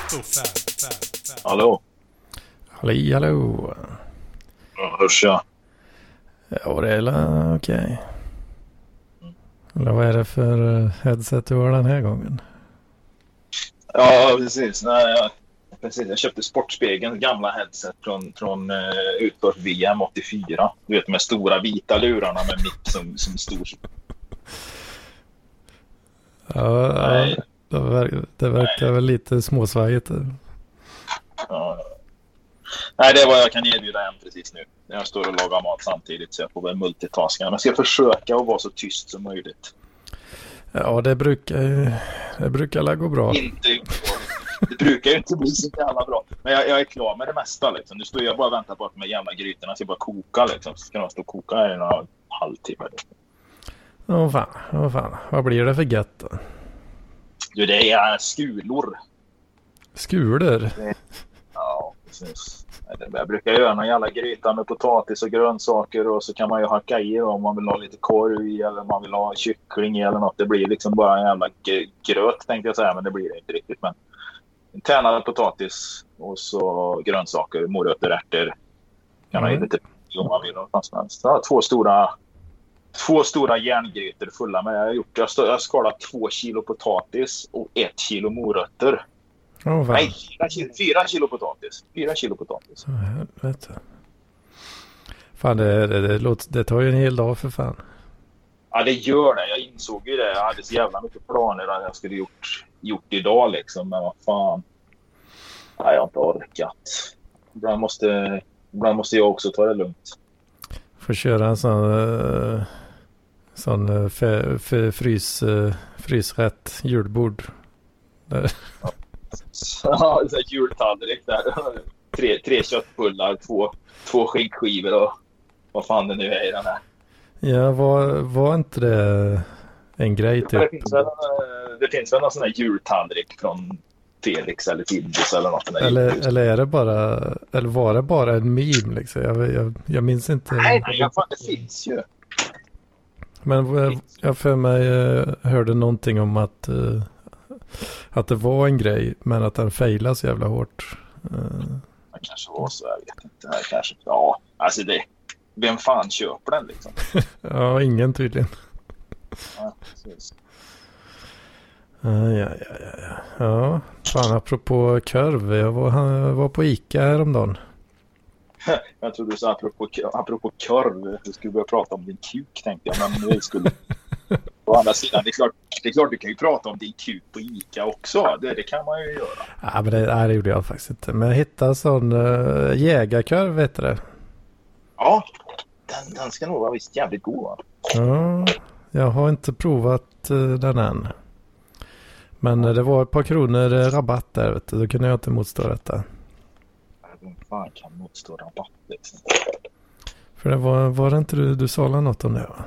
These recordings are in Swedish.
Hallå? Hallå. Ja, hörs jag? Ja, det är okej. Eller vad är det för headset du har den här gången? Ja, precis. Precis. Jag köpte Sportspegelns gamla headset från utfört VM 84. Du vet, med stora vita lurarna med mick som stor. Ja, det verkar väl lite småsvajigt. Ja. Nej, det är vad jag kan erbjuda en precis nu. Jag står och lagar mat samtidigt, så jag får väl multitaska. Men jag ska försöka att vara så tyst som möjligt. Ja, det brukar gå bra. Det brukar ju inte bli så jävla bra. Men jag är klar med det mesta liksom. Nu står jag bara och väntar på att de jävla grytorna ska bara koka liksom. Så ska de stå och koka här i några halvtimme. Åh fan. Vad blir det för gött då? Du, det är skulor. Skulor? Ja, precis. Jag brukar göra någon jävla gryta med potatis och grönsaker, och så kan man ju hacka i om man vill ha lite korv i eller om man vill ha kyckling i eller något. Det blir liksom bara en jävla gröt, tänkte jag säga, men det blir det inte riktigt. Men en tärnad potatis och så grönsaker, morötter, ärtor. Kan man ju lite om man vill ha så två stora järngrytor fulla med. Jag har skalat 2 kilo potatis och 1 kilo morötter. Nej, 4 kilo potatis. 4 kilo potatis. Fan, det tar ju en hel dag för fan. Ja, det gör det. Jag insåg ju det. Jag hade så jävla mycket planer att jag skulle gjort idag liksom. Men vad fan. Nej, jag har inte orkat. Ibland måste jag också ta det lugnt. Får köra en sån frysrätt julbord. Ja, så jultallrik där. 3 köttbullar, 2 skinkskivor och vad fan det nu är i den här. Ja, var inte det en grej typ? Det finns väl någon sån här jultallrik från Felix eller Findus eller något. Eller är det bara, eller var det bara en meme liksom? Jag minns inte. Nej, det finns ju. Men jag för mig hörde någonting om att det var en grej, men att den failade så jävla hårt. Det kanske var så, jag vet inte. Kanske, ja, alltså vem fan köper den liksom? Ja, ingen tydligen. Ja, precis. Ja, fan, apropå korv. Jag var på Ica häromdagen. Jag trodde du sa apropå korv. Du skulle börja prata om din kuk, tänkte jag. Men vi skulle... Å andra sidan, det är klart du kan ju prata om din kuk på Ica också. Det kan man ju göra. Ja, men det gjorde jag faktiskt inte. Men jag hittade sån jägarkorv, vet du det? Ja, den ska nog vara visst jävligt god, va? Ja, jag har inte provat den än. Men det var ett par kronor rabatt där, vet du. Då kunde jag inte motstå detta. Vem fan kan motstå rabatt liksom? För det var det inte du sa något om det, va?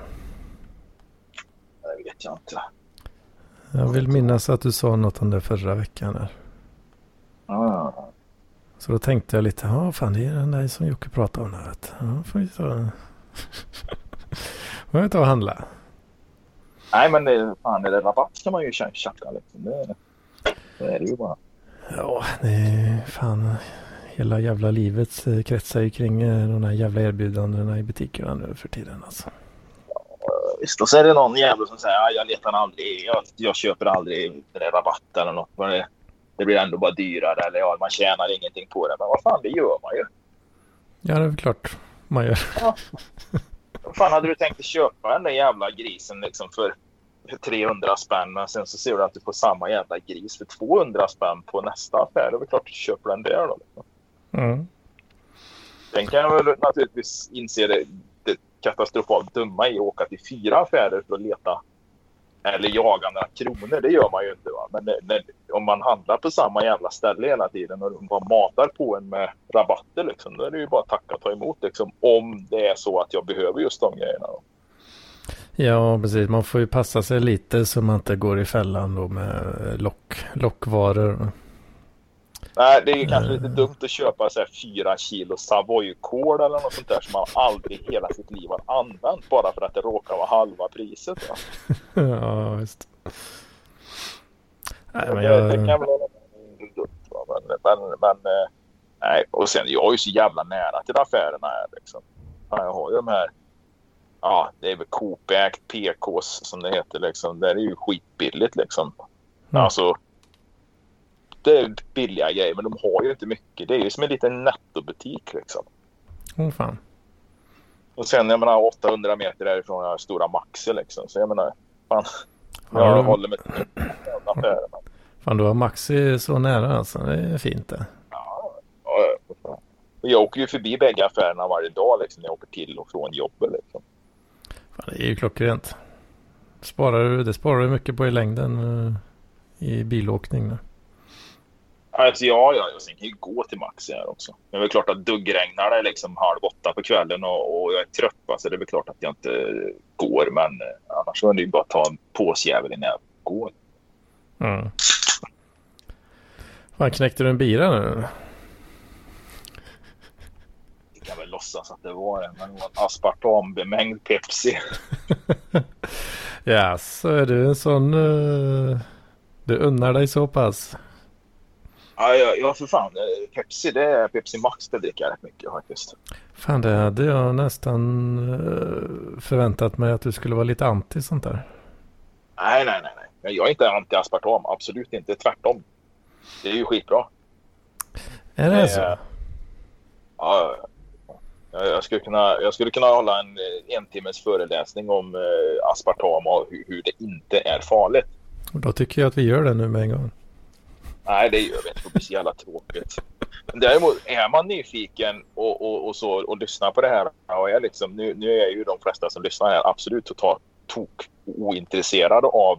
Det vet jag inte. Jag vill minnas att du sa något om det förra veckan här. Ja. Så då tänkte jag lite, fan, det är den där som Jocke pratade om där, vet du. Ja, får vi ta... får vi ta och handla. Nej, men är det rabatt kan man ju tjacka liksom. Det är det ju bara. Ja, det är fan... Hela jävla livet kretsar ju kring de här jävla erbjudandena i butikerna nu för tiden, alltså. Visst, och så är det någon jävla som säger jag letar aldrig, jag köper aldrig det rabatt eller något. Men det blir ändå bara dyrare, eller man tjänar ingenting på det. Men vad fan, det gör man ju. Ja, det är väl klart man gör. Ja. Vad fan hade du tänkt att köpa den där jävla grisen liksom för 300 spänn, men sen så ser du att du får samma jävla gris för 200 spänn på nästa affär. Det är väl klart du köper den där då. Liksom. Mm. Den kan jag väl naturligtvis inse det katastrofalt dumma i att åka till 4 affärer för att leta eller jaga några kronor. Det gör man ju inte, va? Men om man handlar på samma jävla ställe hela tiden och de bara matar på en med rabatter liksom, då är det ju bara att tacka och ta emot liksom, om det är så att jag behöver just de grejerna då. Ja, precis. Man får ju passa sig lite så man inte går i fällan då med lockvaror. Nej, det är ju kanske lite dumt att köpa så här 4 kilo Savoy-kål eller något sånt där som man aldrig hela sitt liv har använt bara för att det råkar vara halva priset. Va? Ja, visst. Nej, men det kan väl vara dumt, va? Men nej. Och sen jag är ju så jävla nära till affärerna här liksom. Jag har ju de här, ja, det är väl Coop-ägt PKs som det heter liksom. Det är ju skitbilligt liksom. Alltså, det är billiga grejer, men de har ju inte mycket. Det är ju som en liten nettobutik liksom. Fan. Och sen, jag menar, 800 meter därifrån har stora Maxi liksom. Så jag menar, fan, jag håller mig till affärerna. Fan, du har Maxi så nära alltså. Det är fint det. Ja. Jag åker ju förbi bägge affärerna varje dag liksom, när jag åker till och från jobbet liksom. Fan, det är ju klockrent. Det sparar du mycket på i längden i bilåkning nu. Alltså ja, sen kan ju gå till Maxi här också. Men det är väl klart att duggregnar det liksom 7:30 på kvällen och jag är trött, så det är väl klart att jag inte går, men annars är det ju bara att ta en påsjävel innan jag går. Fan, knäckte du en bira nu? Jag kan väl låtsas att det var en aspartambemängd Pepsi. Ja, så är du en sån... du unnar dig så pass. Ja, för fan. Pepsi, det är Pepsi Max, det dricker jag rätt mycket faktiskt. Fan, det hade jag nästan förväntat mig att du skulle vara lite anti sånt där. Nej. Jag är inte anti-aspartam, absolut inte. Tvärtom. Det är ju skitbra. Är det så? Ja. Jag skulle kunna hålla en timmes föreläsning om aspartam och hur det inte är farligt. Och då tycker jag att vi gör det nu med en gång. Nej, det gör vi inte. Det blir så jävla tråkigt. Däremot är man nyfiken och lyssnar på det här, och är liksom, nu är ju de flesta som lyssnar här absolut totalt ointresserade av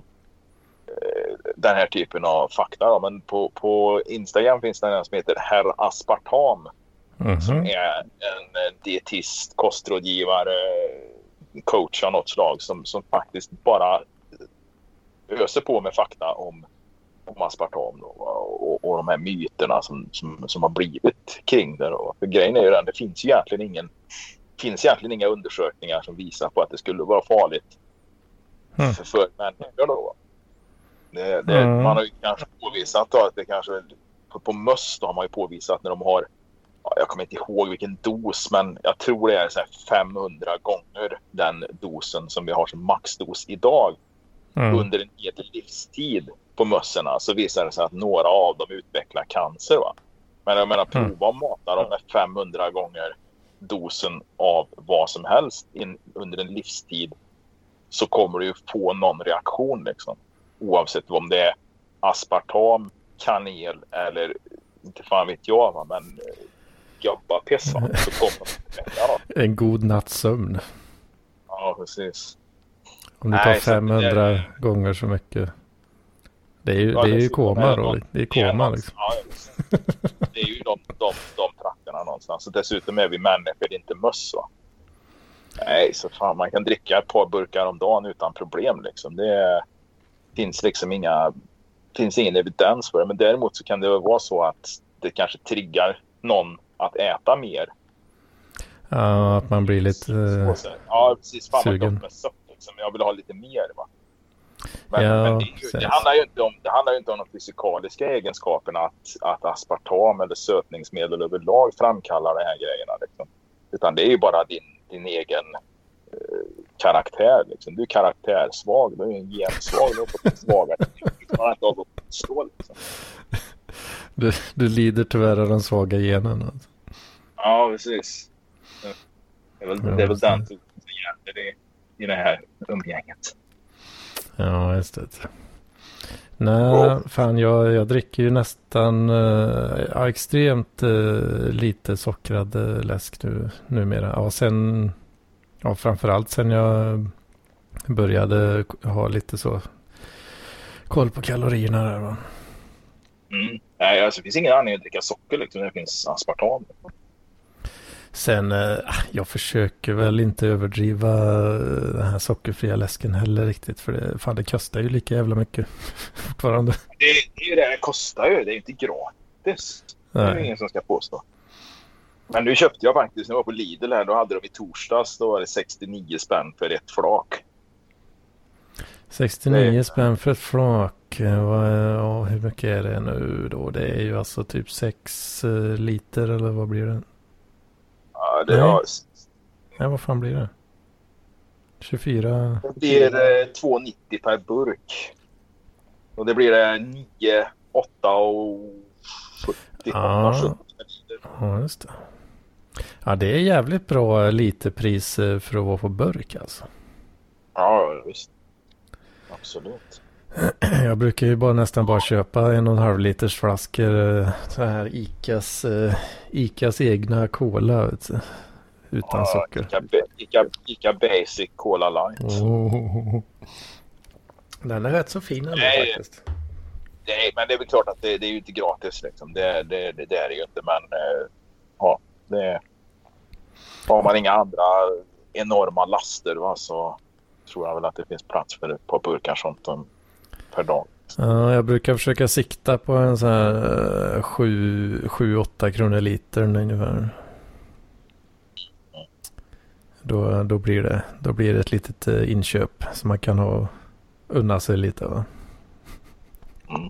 den här typen av fakta då. Men på Instagram finns det en som heter Herr Aspartam, som är en dietist, kostrådgivare, coach av något slag som faktiskt bara öser på med fakta om aspartam då, och de här myterna som har blivit kring det då. För grejen är ju den, det finns egentligen inga undersökningar som visar på att det skulle vara farligt för människor då. Man har ju kanske påvisat då, att det kanske på möss då har man ju påvisat när de har, jag kommer inte ihåg vilken dos, men jag tror det är så här 500 gånger den dosen som vi har som maxdos idag under en hel livstid på mössorna, så visar det sig att några av dem utvecklar cancer, va? Men jag menar, prova att mata dem med 500 gånger dosen av vad som helst under en livstid, så kommer du ju få någon reaktion liksom. Oavsett om det är aspartam, kanel eller inte fan vet jag, va? Men jobba pissa så kommer det. En god nattsömn. Ja, precis. Om du tar 500 gånger så mycket. Det är ju koma då. Det är koma liksom. Ja, det är ju de trakterna någonstans. Och dessutom är vi människor, inte möss, va? Nej, så fan, man kan dricka ett par burkar om dagen utan problem liksom. Det finns liksom ingen evidens för det. Men däremot så kan det vara så att det kanske triggar någon att äta mer. Ja, att man blir lite ja, precis. Fan, sugen. Liksom. Jag vill ha lite mer, va? Men det handlar ju inte om de fysikaliska egenskaperna att aspartam eller sötningsmedel överlag framkallar de här grejerna liksom. Utan det är ju bara din egen karaktär liksom. Du är karaktärsvag, du är en gensvag, du är på svagare. Man inte av att stå liksom. Du lider tyvärr av den svaga genen alltså. Ja, precis. Det är väl den som gäller i det här umgänget. Ja, just det. Nej, fan jag dricker ju nästan extremt lite sockrad läsk numera. Ja, framförallt sen jag började ha lite så koll på kalorierna där, va? Nej, alltså det finns ingen anledning att dricka socker liksom, när det finns aspartam. Sen, jag försöker väl inte överdriva den här sockerfria läsken heller riktigt. För det kostar ju lika jävla mycket fortfarande. Det är ju det kostar ju. Det är ju inte gratis. Det är ju ingen som ska påstå. Men nu köpte jag faktiskt, när jag var på Lidl här, då hade de i torsdags, då var det 69 spänn för ett flak. 69 spänn för ett flak. Hur mycket är det nu då? Det är ju alltså typ 6 liter eller vad blir det? Ja, det är... Nej, vad fan blir det? 24... Det är 2,90 per burk. Och det blir 9, 8 och 70. Ja, just det. Ja, det är jävligt bra literpris för att vara på burk alltså. Ja, visst. Absolut. Jag brukar ju nästan bara köpa 1,5 liters flaskor så här Icas egna cola, vet du, utan socker. Ica Basic Cola Light. Den är rätt så fin ändå faktiskt. Men det är väl klart att det är ju inte gratis liksom. Det är det ju inte, men ja, det har man inga andra enorma laster, va, så tror jag väl att det finns plats för ett par burkar sånt per dag. Ja, jag brukar försöka sikta på en så här 7-8 kronor liter ungefär. Då blir det ett litet inköp som man kan unna sig lite, va? Mm.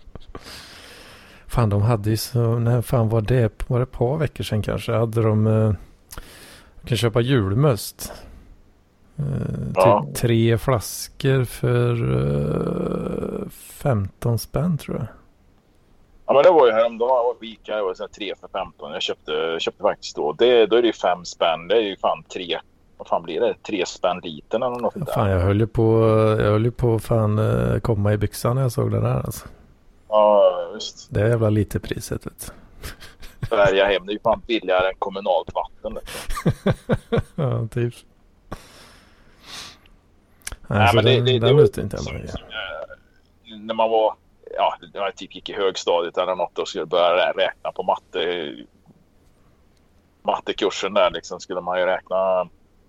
Fan, de hade ju så... När fan var det? Var det ett par veckor sedan kanske? Hade de... kan köpa julmust. Typ 3 flaskor för 15 spänn, tror jag. Ja, men det var ju häromdagen. Ica, det var så 3 för 15. Jag köpte faktiskt då. Då är det ju 5 spänn. Det är ju fan 3... Vad fan blir det? 3 spänn liten eller något där. Fan, jag höll ju på fan komma i byxan när jag såg det där alltså. Ja, just. Det är jävla lite priset, vet du. Färja hem, det är ju fan billigare än kommunalt vatten. Ja, typ. Nej, men det var inte när man var... Ja, jag typ gick i högstadiet eller något och skulle börja räkna på mattekursen där liksom, skulle man ju räkna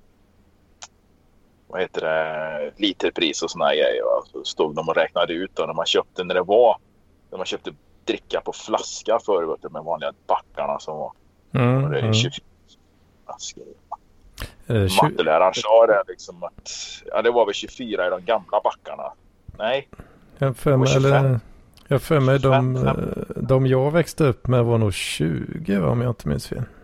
literpris och såna grejer. Så stod de och räknade ut då, när man köpte dricka på flaska förut med vanliga backarna som var 24 flaskor. Matteläraren sa det liksom att det var väl 24 i de gamla backarna. Nej. Jag för mig de jag växte upp med var nog 20, om jag inte minns fel.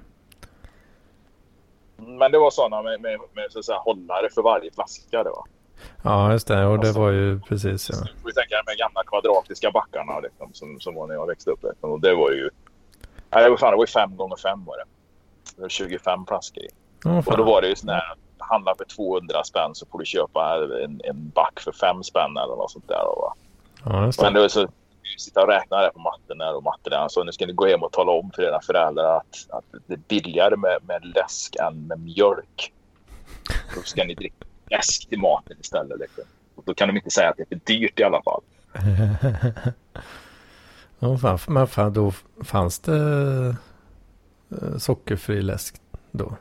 Men det var sådana med så att säga, hållare för varje flaska det var. Ja, just det. Och det var ju precis, ja. Vi tänker med gamla kvadratiska backarna liksom, som var när jag växte upp. Och det var ju... det var 5 gånger 5 var det. Det var 25 flaskor i. Och då var det ju sån här... Handla för 200 spänn så får du köpa en back för 5 spänn eller något sånt där. Va? Ja, just det. Men det var så... Sitta och räkna där på matten och matteläraren. Så nu ska ni gå hem och tala om för era föräldrar att det är billigare med läsk än med mjölk. Då ska ni dricka läsk till maten istället. Liksom. Och då kan de inte säga att det är för dyrt i alla fall. Men fan, då fanns det sockerfri läsk då?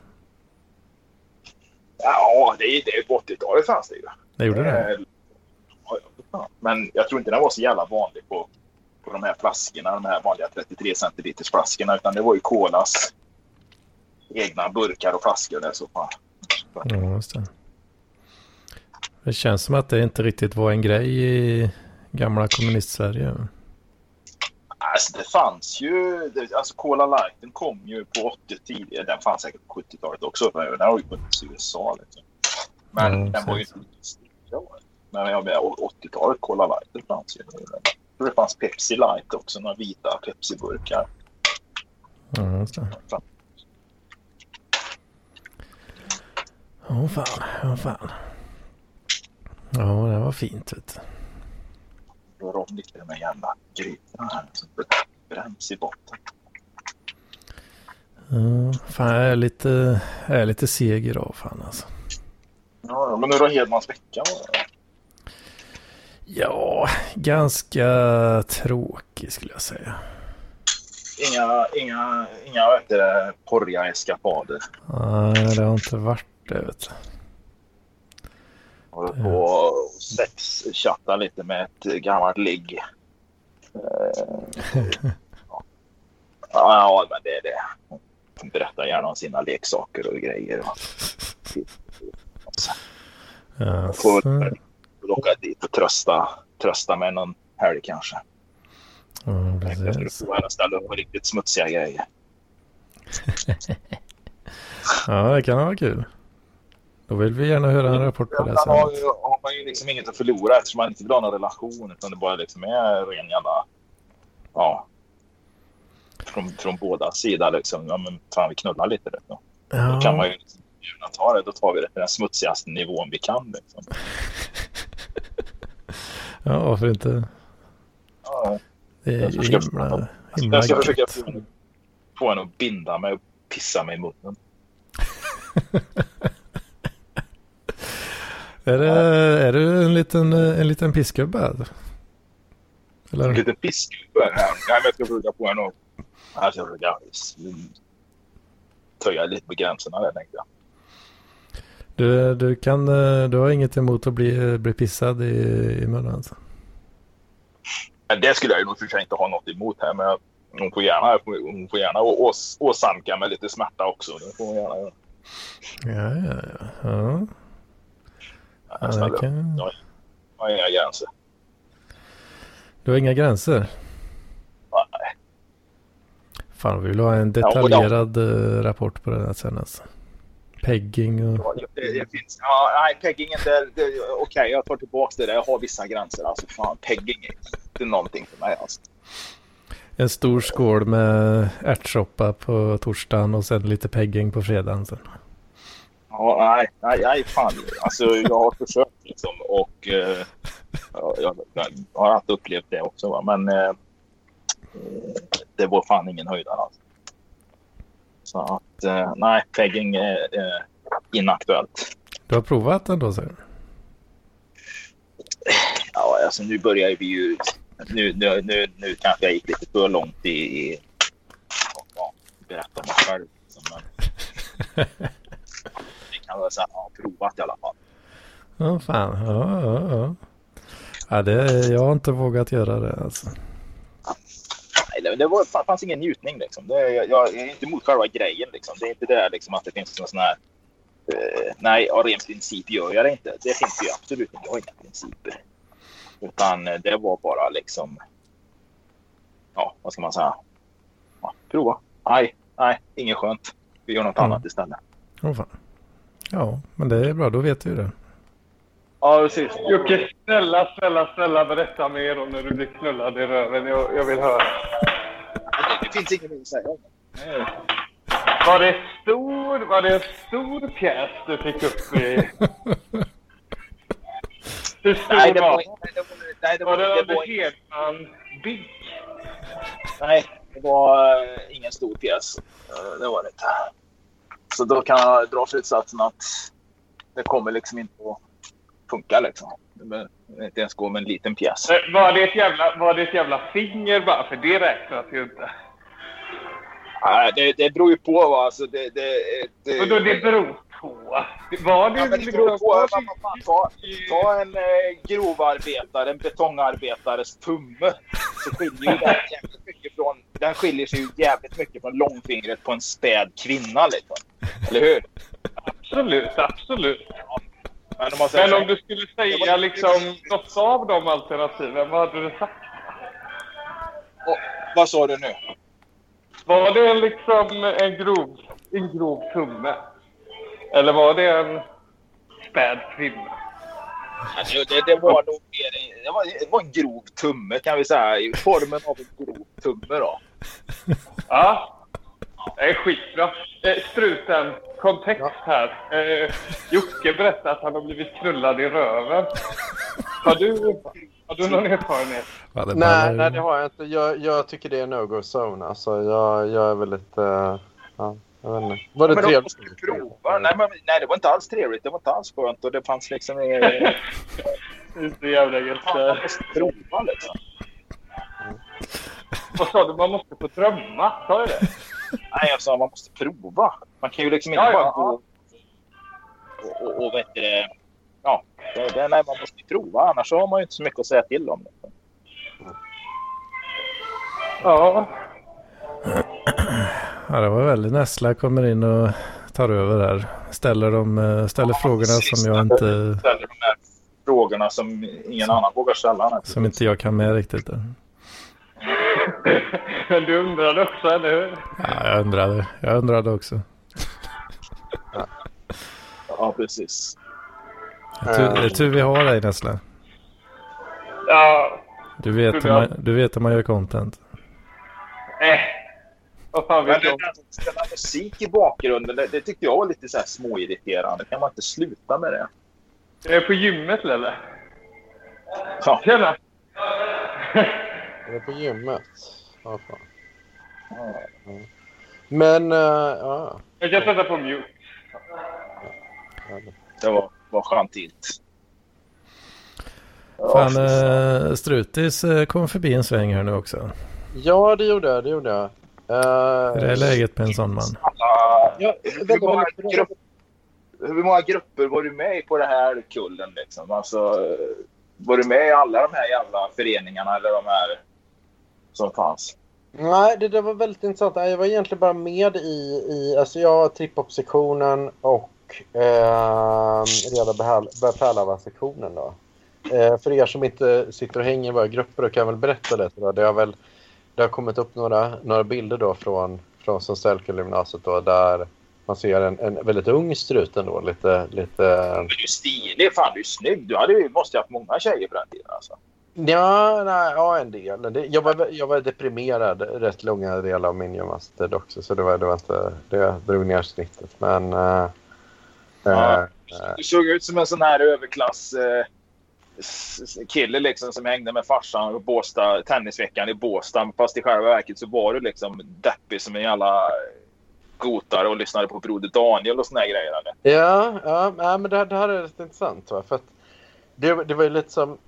Ja, det är på 80-talet fanns det ju. Det gjorde det? Men jag tror inte den var så jävla vanlig på de här flaskorna, de här vanliga 33 centiliters flaskorna, utan det var ju Colas egna burkar och flaskor där så fan. Ja, just det. Det känns som att det inte riktigt var en grej i gamla kommunist-Sverige. Alltså det fanns ju, alltså Cola Light, den kom ju på 80-talet, den fanns säkert på 70-talet också, för den har ju funnits i USA liksom. Men den var ju inte men 80-talet Cola Light, det fanns ju. Jag tror det fanns Pepsi Light också, några vita Pepsi-burkar. Ja, just det. Åh fan. Ja, det var fint, vet du. Då rör lite med jävla grytorna här som bränns i botten. Ja, fan, jag är lite seg idag, fan alltså. Ja, men hur har Hedmans vecka varit? Ja, ganska tråkig skulle jag säga. Inga porriga eskapader. Nej, det har inte varit det, vet du. Håller på och chatta lite med ett gammalt ligg. Ja, men det är det. Hon berättar gärna om sina leksaker och grejer. väl åka dit och trösta med någon helg kanske. Jag skulle få ställa upp på riktigt smutsiga grejer. Ja, det kan vara kul. Då vill vi gärna höra en rapport på det sen. Har man ju liksom inget att förlora eftersom man inte vill ha någon relation, utan det bara liksom är ren jävla, ja, från båda sidor liksom. Ja, men fan, vi knullar lite rätt då. Ja. Då kan man ju liksom ta det, då tar vi det på den smutsigaste nivån vi kan liksom. Ja, varför inte? Ja, det är jag ska försöka få en att binda mig och pissa mig i munnen. Är du en liten piskgubbe? Eller? En liten piskgubbe? Nej, men jag ska försöka på en och jag ska försöka töja lite på gränserna där, tänkte jag. Du har inget emot att bli pissad i munnen alltså? Det skulle jag ju nog försöka inte ha något emot här, men hon får gärna åsamka med lite smärta också. Det får hon gärna göra. Ja. Jag har inga gränser. Du har inga gränser? Nej. Fan, vi vill ha en detaljerad rapport på det här sen alltså. Pegging och... Det finns. Ja, nej, peggingen okej, jag tar tillbaka det där. Jag har vissa gränser. Alltså fan, pegging är inte någonting för mig alltså. En stor skål med ärtsoppa på torsdagen och sen lite pegging på fredagen sen. Ja, nej, fan. Alltså, jag har försökt liksom och jag har alltid upplevt det också, va? Men det var fan ingen höjdare alltså. Så att, nej, pegging är inaktuellt. Du har provat den då, sen? Ja, alltså nu börjar vi ju... Nu kanske jag gick lite för långt i berätta mig själv. Men det kan vara så att jag har provat i alla fall. Ja, fan. Ja. Ja, jag har inte vågat göra det alltså. Nej, det fanns ingen njutning liksom. Jag är inte emot själva grejen liksom. Det är inte det liksom att det finns någon sån här... nej, av ren princip gör jag det inte. Det finns ju absolut inte. Jag har inga principer. Utan det var bara liksom... Ja, vad ska man säga? Ja, prova. Nej, inget skönt. Vi gör något annat istället. Åh fan. Ja, men det är bra. Då vet du det. Ja, precis. Jocke, snälla berätta mer om när du blir knullad i röven. Jag vill höra. Det finns inget mer att säga om det. Var det en stor pjäs du fick upp i... Hur stor var det Hedman Big? Nej, det var ingen stor pjäs. Det var det inte. Så då kan jag dra slutsatsen att det kommer liksom inte att funka liksom. Det inte ens gå med en liten pjäs. Var det ett jävla finger bara? För det räknas ju inte. Nej, det beror ju på va. Alltså, det beror på. Var det beror på. Ta en grovarbetare, en betongarbetares tumme. Så skiljer ju jävligt mycket från... Den skiljer sig ju jävligt mycket från långfingret på en späd kvinna liksom. Eller hur? Absolut. Ja. Men om du skulle säga liksom något av de alternativen, vad hade du sagt? Vad sa du nu? Var det liksom en grov tumme? Eller var det en späd kvinna? Det var nog mer, det var en grov tumme kan vi säga. I formen av en grov tumme då. Ja, det är skitbra. Struten, kontext här. Jocke berättar att han har blivit knullad i röven. Har du någon erfarenhet? Nej, det har jag inte. Jag tycker det är no-go zone. Alltså, jag är väldigt... ja, jag vet inte. Var det trevligt? Nej, det var inte alls trevligt. Det var inte alls skönt. Och det fanns liksom... det är så jävla gött. Man måste prova liksom. Vad sa du? Man måste få drömma. Sa du det? Nej, jag sa man måste prova. Man kan ju liksom inte bara gå och vet det... Ja, nej, man måste prova. Annars har man ju inte så mycket att säga till om det. Ja. Ja, det var väldigt Nessla kommer in och tar över här. Ställer frågorna som jag inte... Ställer de här frågorna som ingen annan vågar ställa. Som inte jag kan med riktigt. Men du undrade också, eller hur? Ja, jag undrade också. Ja, precis. Det är tur vi har dig, Nessla. Ja. Du vet hur man gör content. Vad fan Men vet jag? den här musik i bakgrunden, det tyckte jag var lite så här småirriterande. Kan man inte sluta med det? Är det på gymmet, eller? Ja. Tjena! Är det på gymmet? Ja, fan. Men, ja. Jag kan sätta på mute. Det var skönt. Fan, Strutis kom förbi en sväng här nu också. Ja, det gjorde jag. Hur är läget med en sån man? Ja, hur många grupper var du med i på det här kullen liksom? Alltså, var du med i alla de här jävla föreningarna eller de här som fanns? Nej, det där var väldigt intressant. Jag var egentligen bara med i alltså jag har trip-hop-sektionen och Reda Befälhava-sektionen då. För er som inte sitter och hänger i våra grupper, då kan jag väl berätta det. Det har kommit upp några bilder då från Sundsvallsgymnasiet då, där man ser en väldigt ung struten då, lite. Men du är stilig, fan du är snygg. Du måste ha haft många tjejer på den tiden alltså. Ja, en del. Jag var deprimerad rätt långa delar av min gymnasiet också, så det var inte, det drog ner snittet. Men du såg ut som en sån här överklass kille liksom, som hängde med farsan och Båstad, tennisveckan i Båstad, fast i själva verket så var du liksom deppig som en jävla gotare och lyssnade på Broder Daniel och såna här grejer. Eller? Ja, men det här är rätt intressant, va? För att det var ju lite som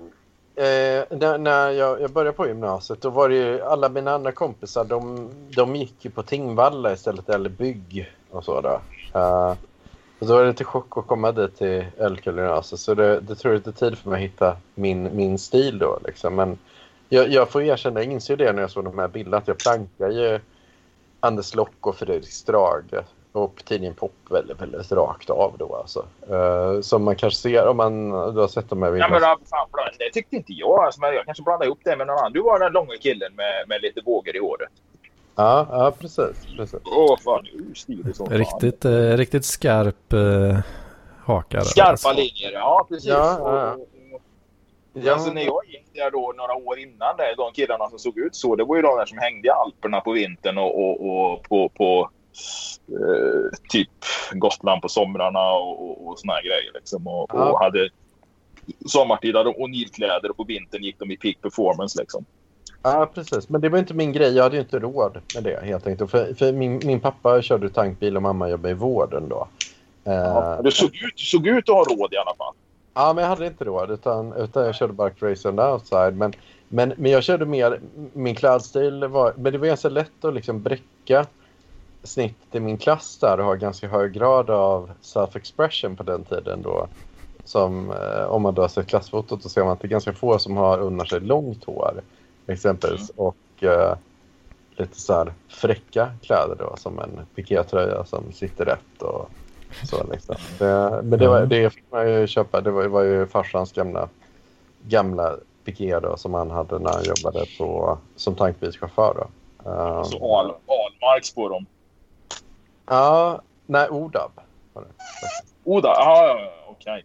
när jag började på gymnasiet, då var det ju alla mina andra kompisar, de gick ju på Tingvalla istället, eller bygg och så då. Och då var det lite chock att komma dit till Älvkullgymnasiet, så det tror jag är lite tid för mig att hitta min stil då liksom. Men jag får erkänna, jag inser det när jag såg de här bilderna, att jag plankar ju Anders Lock och Fredrik Strage och tidningen Pop väldigt, väldigt rakt av då alltså. Som man kanske ser om du har sett de här bilderna. Ja, men fan, det tyckte inte jag. Alltså, men jag kanske blandade ihop det med någon annan. Du var den långa killen med lite vågor i håret. Ja, precis. Fan, du stilig som riktigt skarp hakare. Skarpa alltså. linjer, ja precis. Ja. Alltså, när jag gick där då några år innan det, de killarna som såg ut så, det var ju de där som hängde i Alperna på vintern och på typ Gotland på somrarna och såna här grejer liksom, och hade sommartid och nilkläder, och på vintern gick de i peak performance liksom. Ja, precis. Men det var inte min grej. Jag hade ju inte råd med det helt enkelt. För min pappa körde tankbil och mamma jobbade i vården då. Du såg ut att ha råd i alla fall. Ja, men jag hade inte råd utan jag körde bara race and outside. Men jag körde mer, min klädstil var, men det var ganska lätt att liksom bräcka snittet i min klass där och ha ganska hög grad av self-expression på den tiden då. Som om man då har sett klassfotot, så ser man att det är ganska få som har unnar sig långt hår exempelvis, och lite så här fräcka kläder då, som en pikétröja som sitter rätt och så liksom. Det fick man ju köpa. Det var ju farsans gamla piké då, som han hade när han jobbade som tankbilschaufför då. Så Almarks på dem? Ja, nej, Odab var det. Odab, ja, okej.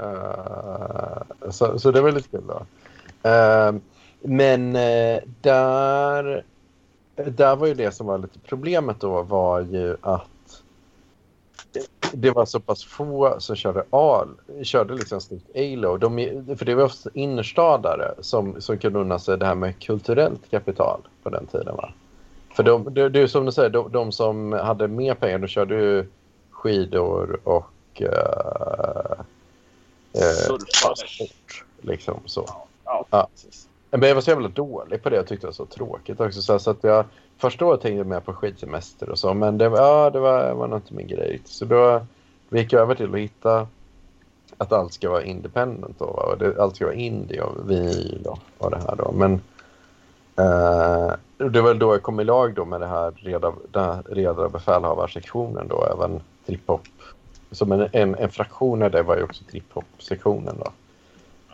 Så det var lite kul då. Men där var ju det som var lite problemet då, var ju att det var så pass få som körde liksom snitt A-low. För det var ofta innerstadare som kunde unna sig det här med kulturellt kapital på den tiden, va? För det är som du säger, de som hade mer pengar, de körde ju skidor och sport liksom så. Ja. Men jag var så jävla dålig på det. Jag tyckte det var så tråkigt också. Så att jag första året tänkte mer på skidsemester och så. Men det var nog inte min grej. Så då gick jag över till att hitta att allt ska vara independent då, och allt ska vara indie och vinyl och det här då. Men det var väl då jag kom i lag då med det här reda befälhavarsektionen då, även trip-hop. Som en fraktion av det var ju också trip-hop-sektionen då.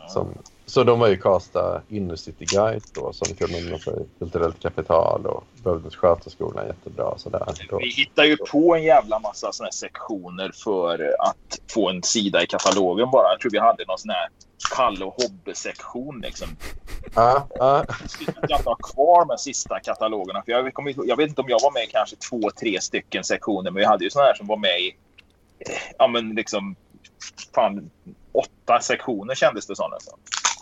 Så de var ju casta Inner City Guide då, som kunde nå sig kulturellt kapital och behövde sköta skolan jättebra och sådär. Vi hittar ju på en jävla massa såna här sektioner för att få en sida i katalogen bara. Jag tror vi hade någon sån här Kalle och Hobbe-sektion liksom. Jag skulle inte ha kvar med sista katalogerna. För jag vet inte om jag var med i kanske 2-3 stycken sektioner, men vi hade ju såna här som var med i liksom 8 sektioner kändes det som nästan.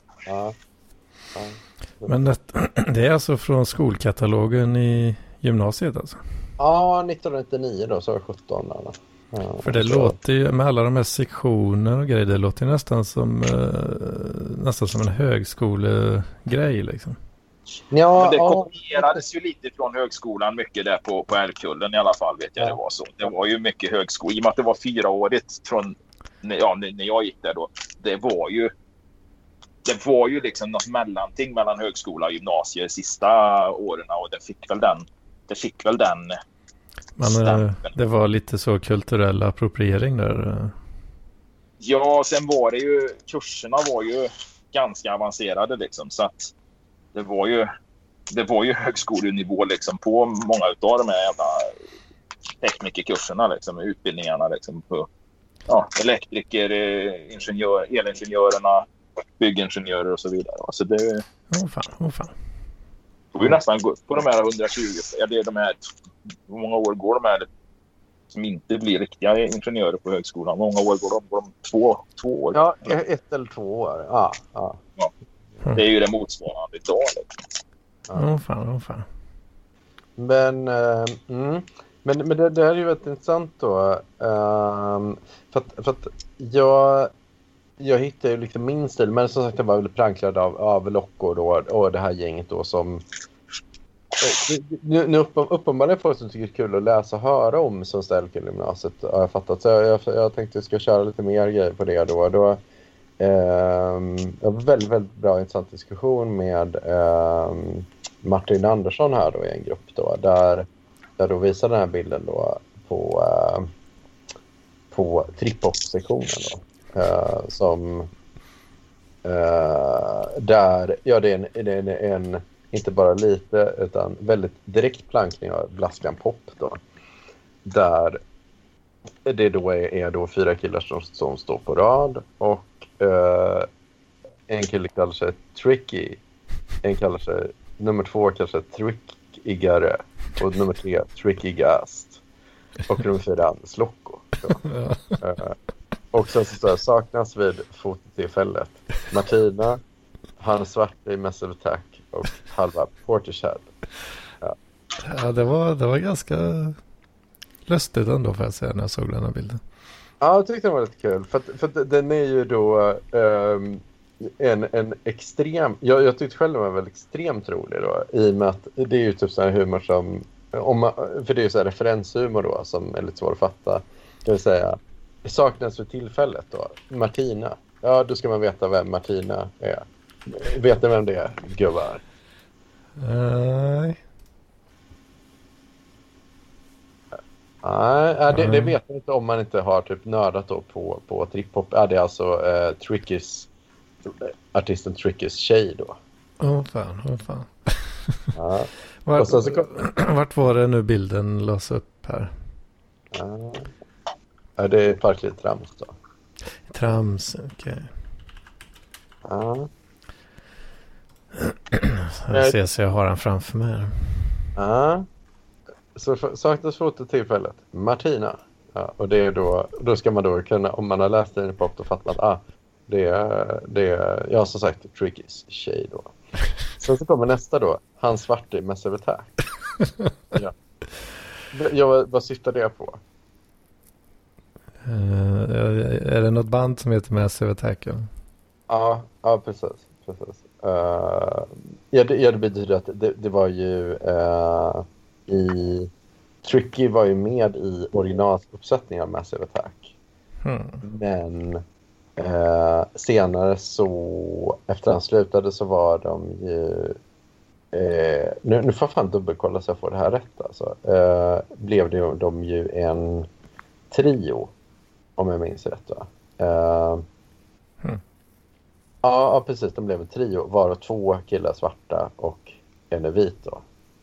Men det är alltså från skolkatalogen i gymnasiet alltså? Ja, 1999 då, så var jag 17 där. För det låter ju, med alla de här sektionerna och grejer, det låter nästan som en högskolegrej liksom. Ja, men det kopierades ju lite från högskolan mycket där på Älvkullen i alla fall, vet jag. Det var så. Det var ju mycket högskola. I och med att det var 4-årigt från när jag gick där då. Det var ju liksom något mellanting mellan högskola och gymnasiet sista åren, och det fick väl den men det var lite så kulturell appropriering där. Ja, sen var det ju, kurserna var ju ganska avancerade liksom, så att det var ju högskolenivå liksom på många utav de här jävla teknikerkurserna liksom, utbildningarna liksom på elektriker, elingenjörerna, byggingenjörer och så vidare. Så det fan. får ju nästan gå upp på de här 120. Eller de här, hur många år går de här som inte blir riktiga ingenjörer på högskolan? Hur många år går de? Går de 2 år? Ja, 1 eller 2 år. Ja. Det är ju det motsvarande idag. Liksom. Fan. Men det här är ju väldigt intressant då. För att jag hittade ju liksom min stil, men som sagt jag var väldigt pranklad av Lockor då, och det här gänget då som nu uppenbarligen folk som tycker det är kul att läsa och höra om som Älvkullen gymnasiet, har jag fattat. Så jag tänkte att jag ska köra lite mer grejer på det då. Jag var väldigt, väldigt bra intressant diskussion med Martin Andersson här då i en grupp då, där jag då visade den här bilden då på trip-hop-sektionen då. Som där det är en inte bara lite utan väldigt direkt plankning av Blaskan Pop då, där det då är då 4 killar som står på rad, och en kille kallar sig Tricky, en kallar sig nummer 2 kallar sig Trickigare och nummer 3 Trickigast och nummer 4 Anders Locko. Och sen så saknas vid fototillfället Martina, han svart i Massive Attack och halva Portishead. Ja, det var ganska lustigt ändå, får jag säga, när jag såg den här bilden. Ja, jag tyckte det var lite kul. För den är ju då en extrem... Jag tyckte själv den var väldigt extremt rolig då. I och med att det är ju typ sån här humor som... för det är ju så här referenshumor då som är lite svår att fatta. Det vill säga, saknas för tillfället då. Martina. Ja, då ska man veta vem Martina är. Vet ni vem det är, gubbar? Nej. Nej, det vet man inte om man inte har typ nördat då på trip-hop. Det är alltså Trickys, artisten Trickys tjej då. Fan. Ja. Vart var det nu bilden lades upp här? Det är Parkliv Trams då. Trams, okej. Ja. Jag ser så jag har den framför mig här. Ja. Så saknas fototillfället Martina. Ja, och det är då ska man då kunna, om man har läst den i pop, då fattar man att det är jag som sagt Trickys tjej då. Sen så kommer nästa då, han svart i Massive Attack. Ja. Vad syftar det på? Är det något band som heter Massive Attack? Ja, precis. Det betyder att det var ju Tricky var ju med i originaluppsättningen av Massive Attack. Men senare så, efter han slutade, så var de ju nu får jag fan dubbelkolla så jag får det här rätt alltså. Blev de ju en trio, om jag minns rätt va? Ja, precis. De blev en trio. Varav 2 killar svarta och en är vit då.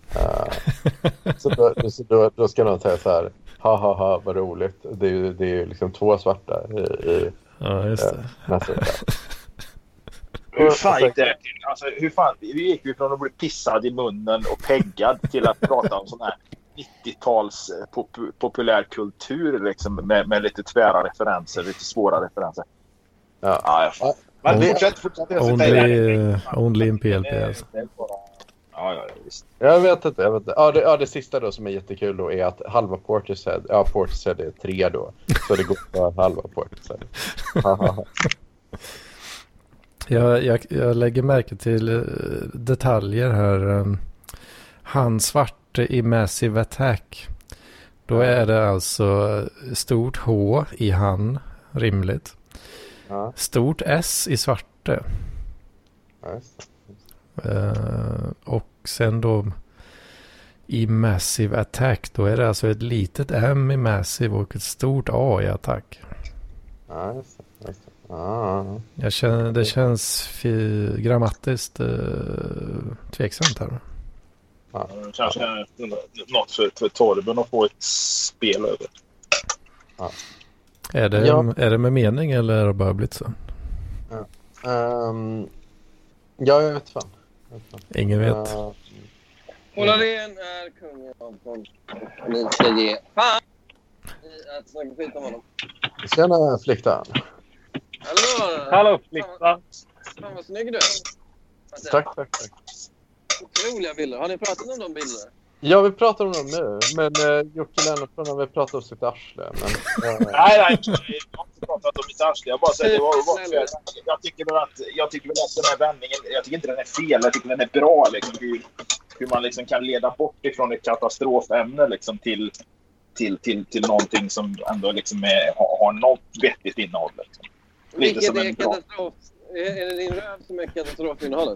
Då ska någon säga så här: ha, vad roligt. Det är ju liksom 2 svarta i ja, just det. nästa vecka. Hur fan gick det till? Alltså, vi gick ju från att bli pissad i munnen och peggad till att prata om sån här 90-tals populärkultur liksom, med lite tvära referenser, lite svåra referenser. Ja. Men fortsätt. Only in PLP alltså. Ja, visst. Jag vet inte. Ja, det sista då som är jättekul då är att halva Portishead, Portishead är 3 då. Så det går för halva Portishead. Jag lägger märke till detaljer här. Han svarte i Massive Attack. Då är det alltså stort H i han, rimligt. Ja. Stort S i svarte. Ja, och sen då i Massive Attack, då är det alltså ett litet M i Massive och ett stort A i attack. Ja, just det. Det känns grammatiskt tveksamt här. Ja. Kanske något för Torben att få ett spel över. Ja. Är det med mening eller är det bara blivit så? Jag vet fan. Ingen vet. Hållaren är kungen av folk. Ni ska ge fan i att snacka skit om honom. Tjena, fliktan. Hallå, flickan. Fan vad snygg du är. Tack. Otroliga bilder. Har ni pratat om de bilderna? Ja, vi pratar om dem nu. Men Jocke Lennartsson har vi pratat om sitt arsle. Men, Nej, jag har inte pratat om mitt arsle. Jag bara säger jag tycker väl att den här vändningen, jag tycker inte den är fel. Jag tycker den är bra. Liksom, hur man liksom kan leda bort ifrån ett katastrofämne liksom, till någonting som ändå liksom har något vettigt innehåll. Liksom. Vilket är katastrof? Är det din röv som är katastrofinnehållet?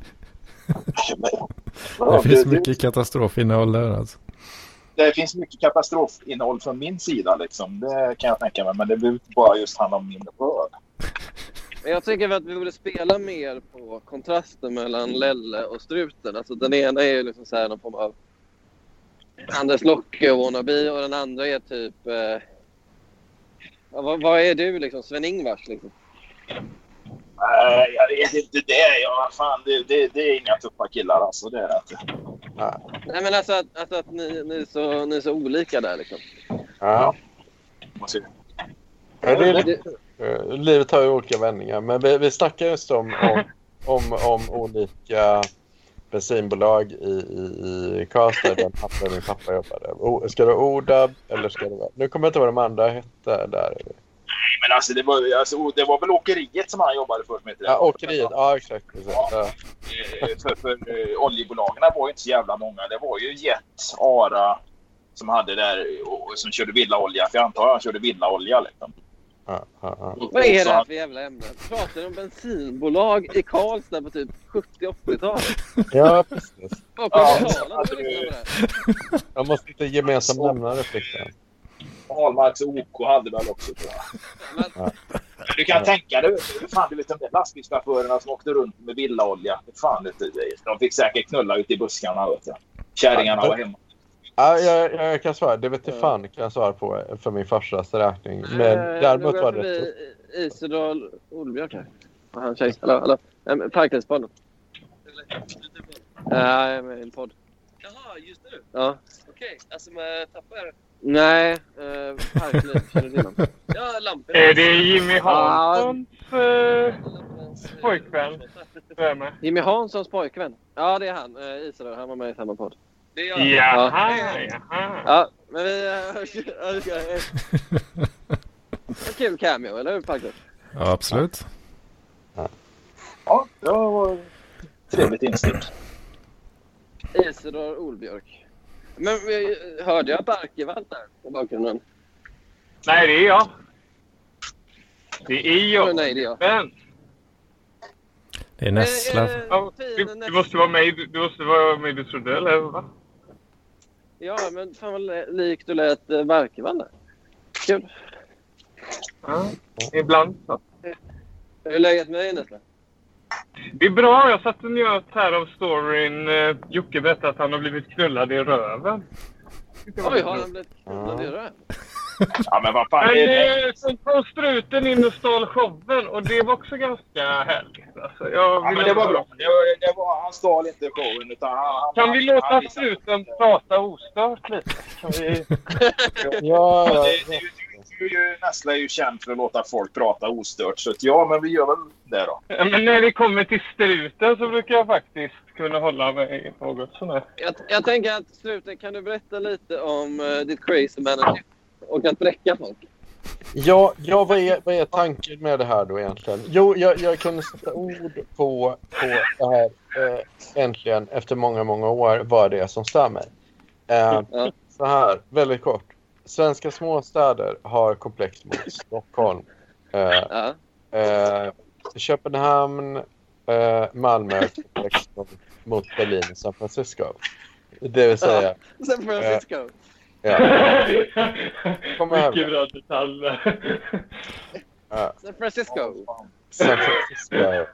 Det finns mycket katastrofinnehåll där alltså. Det finns mycket katastrofinnehåll från min sida liksom. Det kan jag tänka mig. Men det blir bara just handla om min röv. Jag tycker att vi borde spela mer på kontrasten mellan Lelle och Struten. Alltså den ena är ju liksom så här någon form av Anders Locke och wannabe, och den andra är typ vad är du liksom? Sven-Ingvars liksom? Jag vet inte det är inga tuffa killar alltså, det är det inte. Nej men alltså att ni är så olika där liksom. Ja. Livet har ju olika vändningar, men vi snackar just om olika bensinbolag i Karlstad där min pappa jobbade. Ska det vara Odab eller ska det vara... Nu kommer jag inte vad de andra hette där. Nej, men alltså det var väl åkeriet som han jobbade för med det. Ja, åkeriet. Ja, exakt. Ja. För oljebolagen var ju inte så jävla många. Det var ju Jet, Ara som hade där och som körde villaolja. För jag antar att han körde villaolja liksom. Vad är det här för jävla ämne? Pratar du om bensinbolag i Karlstad på typ 70-80-talet? Ja, precis. Jag måste inte gemensamt nämna det, flickan. Almarks OK hade väl också, tror jag. Du kan tänka dig, fan, du vet de där lastbilschaufförerna som åkte runt med villaolja. Fan, de fick säkert knulla ut i buskarna. Kärringarna var hemma. Ja, jag kan svara. Det vet jag fan kan jag svara på för min farsas räkning. Men däremot var det Isidor Olbjörk här. Och han tjej. Hallå. Parklivspodden. Ja, jag är med i en podd. Jaha, just det. Ja. Okej, alltså med tappar. Nej, Parkliv. Känner du honom? Ja, lampen. Är det Jimmy Hanssons pojkvän? Jimmy Hanssons pojkvän? Ja, det är han. Isidor, han var med i samma podd. Det är jag. Jaha. Ja, men vi... Kul cameo, eller hur, Parkliv? Ja, absolut. Ja, det var trevligt instick. Isidor Olbjörk. Men hörde jag Barkevall där på bakgrunden? Nej, det är jag. Det är jag. Nej, det är jag. Men... Det är Nessla. Du måste vara med. Du måste vara med, du trodde, eller va? Ja, men fan vad likt du lät Barkevall där. Kul. Ja, ibland så. Hur är läget med dig, Nessla? Det är bra. Jag satt och njöt här av storyn. Jocke berättade att han har blivit knullad i röven. Oj, har han blivit knullad i röven? Ja, men vad fan Men är det? sen kom struten in och stal showen och det var också ganska härligt. Alltså, Ja, men det var bra. Han stal inte showen utan Kan vi låta struten prata ostört lite? Kan vi... Ja. Näsla är ju känd för att låta folk prata ostört. Så att, ja, men vi gör väl det då. Ja, men när det kommer till struten så brukar jag faktiskt kunna hålla mig något sådär. Jag tänker att struten, kan du berätta lite om ditt crazy manager och att bräcka folk? Ja, vad är tanken med det här då egentligen? Jo, jag kunde sätta ord på det här äntligen efter många år vad det är som stör mig. Så här, väldigt kort. Svenska småstäder har komplex mot Stockholm. Köpenhamn, Malmö komplex mot Berlin och San Francisco. Det vill säga... San Francisco. Ja. Mycket bra detaljer. San Francisco. San Francisco.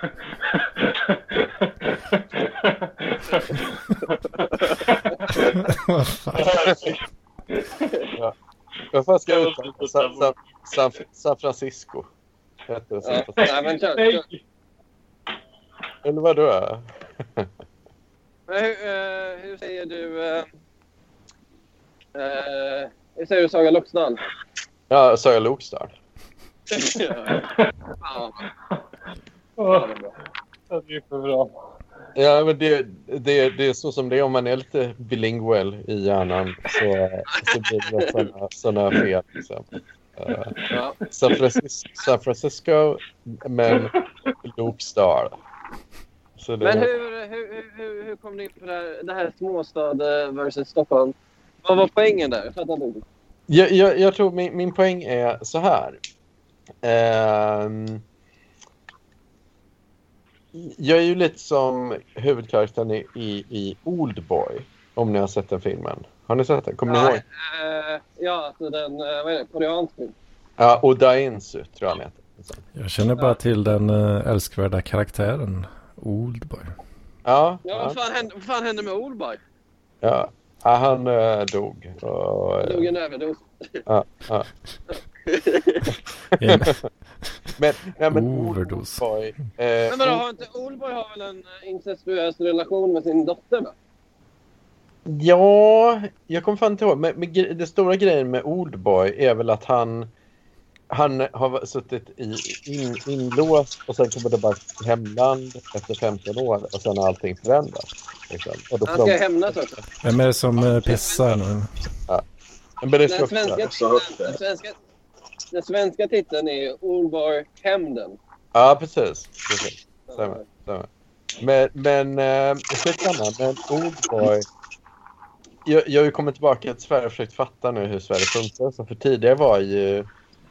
Ja. Vad fan ska jag uttala? San Francisco. Heter det San Francisco. Nej, men kör. Eller vad då? Hur säger du... hur säger du Saga Loxdal? Ja, Saga Loxdal. Ja. Det är för bra. Ja, men det är så som det är om man är lite bilingual i hjärnan så blir det såna fel liksom. San Francisco men Loxdal. Så det... Men hur kom ni in på det här småstad versus Stockholm? Vad var poängen där? Jag fattar inte. Jag tror min poäng är så här. Jag är ju lite som huvudkaraktären i Oldboy, om ni har sett den filmen. Har ni sett den? Kommer ni ihåg? Ja, alltså den, vad är det? Koreansk film. Ja, Odainsu tror jag han heter. Jag känner bara till den älskvärda karaktären Oldboy. Ja. Vad fan hände med Oldboy? Ja, han dog. Dog en överdos. Ja. Men Overdos. Oldboy, Men vadå, har inte Oldboy har väl en incestuös relation med sin dotter, va? Ja, jag kommer fan inte ihåg. Men det stora grejen med Oldboy är väl att han har suttit inlåst och sen kommer det bara till hemland efter 15 år och sen har allting förändrats. Liksom. Och då han ska hämnas också. Vem är det som pissar nu? Ja. Men det Den svenska titeln är Oldboy Hämnden. Ja, precis. Stämmer. Men Oldboy... Jag har ju kommit tillbaka till Sverige och försökt fatta nu hur Sverige funkar. Så för tidigare var ju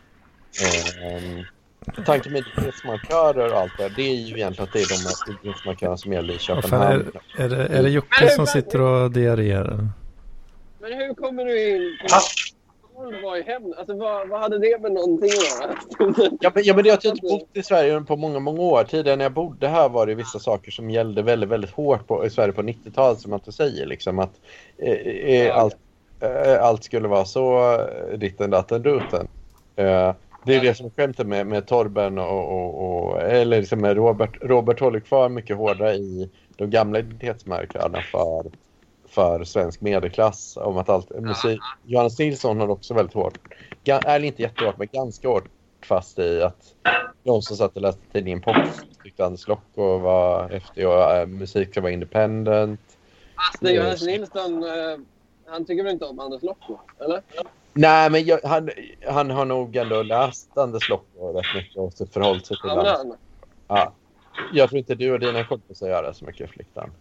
tanken med identitetsmarkörer och allt det är ju egentligen att det är de här identitetsmarkörerna som gäller i Köpenhamn. Är det Jocke som sitter och diarrerar? Men hur kommer du in på Oldboy Hämnden? Alltså vad hade det med någonting att göra? Ja, men det har jag inte bott i Sverige på många år. Tidigare när jag bodde här var det vissa saker som gällde väldigt, väldigt hårt i Sverige på 90-talet, som man inte säger. Liksom, att allt skulle vara så ditten, datten, duten. Det är det som skämtar med Torben eller liksom med Robert håller kvar mycket hårdare i de gamla identitetsmarknaderna för svensk medelklass om att allt musik. Johannes Nilsson har också väldigt hårt, eller inte jättehårt men ganska hårt fast i att de som satt och läste tidningen Pop tyckte Anders Lokko var häftig och musik ska vara independent. Fast Johannes Nilsson, han tycker väl inte om Anders Lokko, eller? Nej, men han har nog ändå läst Anders Lokko rätt mycket och så förhållit sig till den. Ja. Jag tror inte du och dina kompisar gör det så mycket, Fliktan.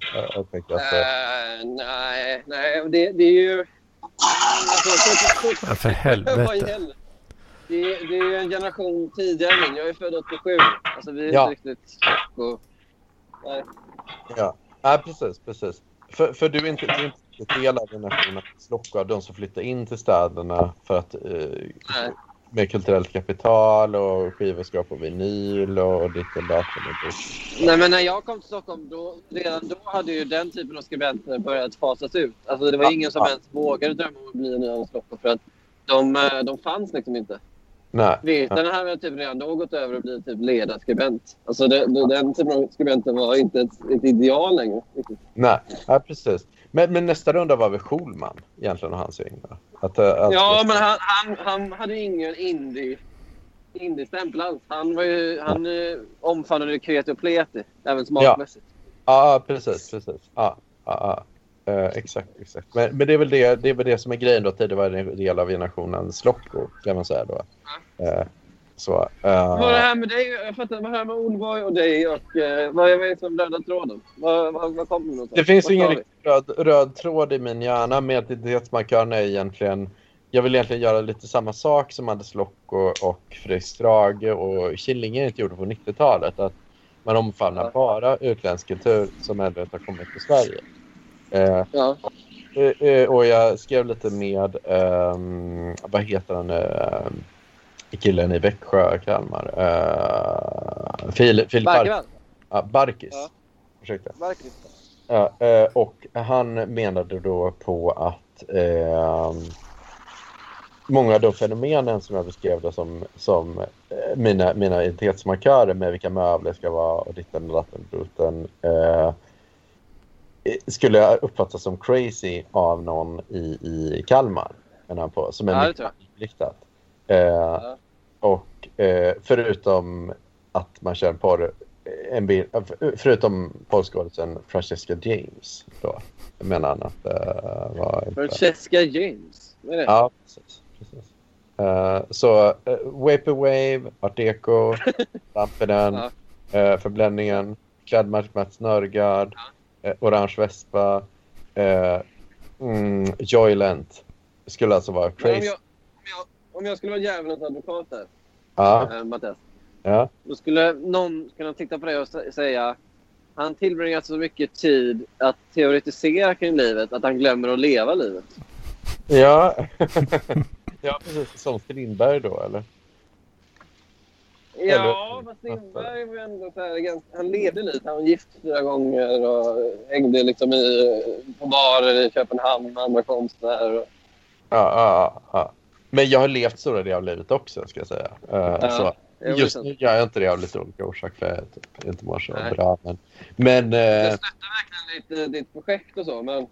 Nej, det är ju... Ja, för helvete. Det är ju en generation tidigare än min. Jag är född 87. Alltså vi är inte riktigt... Nej. Ja, precis. För du är inte del av generationen Slocka, de som flyttar in till städerna för att med kulturellt kapital och skivor ska på vinyl och ditt och datorn och ditt. Nej, men när jag kom till Stockholm, redan då hade ju den typen av skribenter börjat fasas ut. Alltså det var ingen som ens vågade drömma om att bli en Hans Locke för att de fanns liksom inte. Nej. Den här var typ redan då gått över och blivit typ ledarskribent. Alltså den typen av skribenter var inte ett ideal längre. Nej, ja, precis. Men nästa runda var väl Schulman egentligen och hans egna. Ja, men han hade ju ingen indie-stämpel alls. Han omfamnade ju kreti och pleti, även smakmässigt. Ja, precis. Ja. Exakt. Men det är väl det som är grejen då, att det var en del av generationens Locko, kan man säga då. Vad är det här med dig? Jag fattar, vad är det här med Oldboy och dig och vad är det som döda tråden? Vad kommer det någonstans? Det finns ingen riktigt röd tråd i min hjärna med identitetsmarkören är egentligen. Jag vill egentligen göra lite samma sak som Anders Locko och Fredrik Strage och Killinge inte gjorde på 90-talet. Att man omfamnar bara utländsk kultur som ändå inte har kommit till Sverige. Och jag skrev lite med vad heter han killen i Växjö, Kalmar, Filip Barkis. Ja. Ursäkta. Barkis. Och han menade då på att många av de fenomenen som jag beskrev då som mina identitetsmarkörer med vilka möbler ska vara och ditten och datten skulle uppfattas som crazy av någon i Kalmar, menar han på, som är mycket riktat. Och förutom att man kör en bild, förutom porrskådisen Francesca James då, menar han att var inte... Francesca James? Vad är det? Ja, precis. Så Vaporwave, Art Deco, Lampinen, Förbländningen, Klädmärkt Mats Nörgard, Orange Vespa, Joylent skulle alltså vara crazy. Om jag skulle vara djävulens advokat där, Mattias, då skulle någon kunna titta på det och säga han tillbringar så mycket tid att teoretisera kring livet att han glömmer att leva livet. Ja, ja precis. Som Strindberg då, eller? Ja, fast Strindberg var ändå så här, han levde lite. Han var gift 4 gånger och hängde liksom på barer i Köpenhamn med andra konstnärer. Ja. Men jag har levt stora del av livet också, ska jag säga. Så just nu gör jag inte det av lite olika orsaker för jag typ inte mår så bra. Men jag stöttar verkligen lite ditt projekt och så, men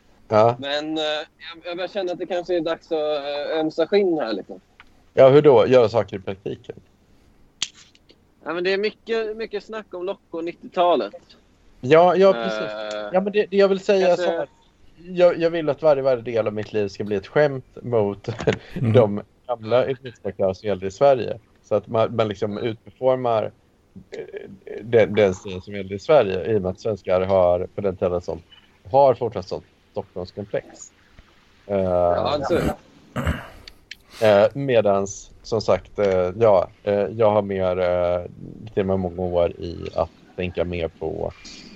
jag börjar känna att det kanske är dags att ömsa skinn här liksom. Ja, hur då? Göra saker i praktiken? Ja, men det är mycket snack om Locko 90-talet. Ja, precis. Ja, men det jag vill säga så här. Jag vill att varje del av mitt liv ska bli ett skämt mot de gamla identitetsmarkörer som gällde i Sverige. Så att man liksom utperformar den stil som gällde i Sverige i och med att svenskar har på den tiden som har fortsatt sånt Stockholmskomplex. Medans som sagt, jag har mer till och med många år i att tänka mer på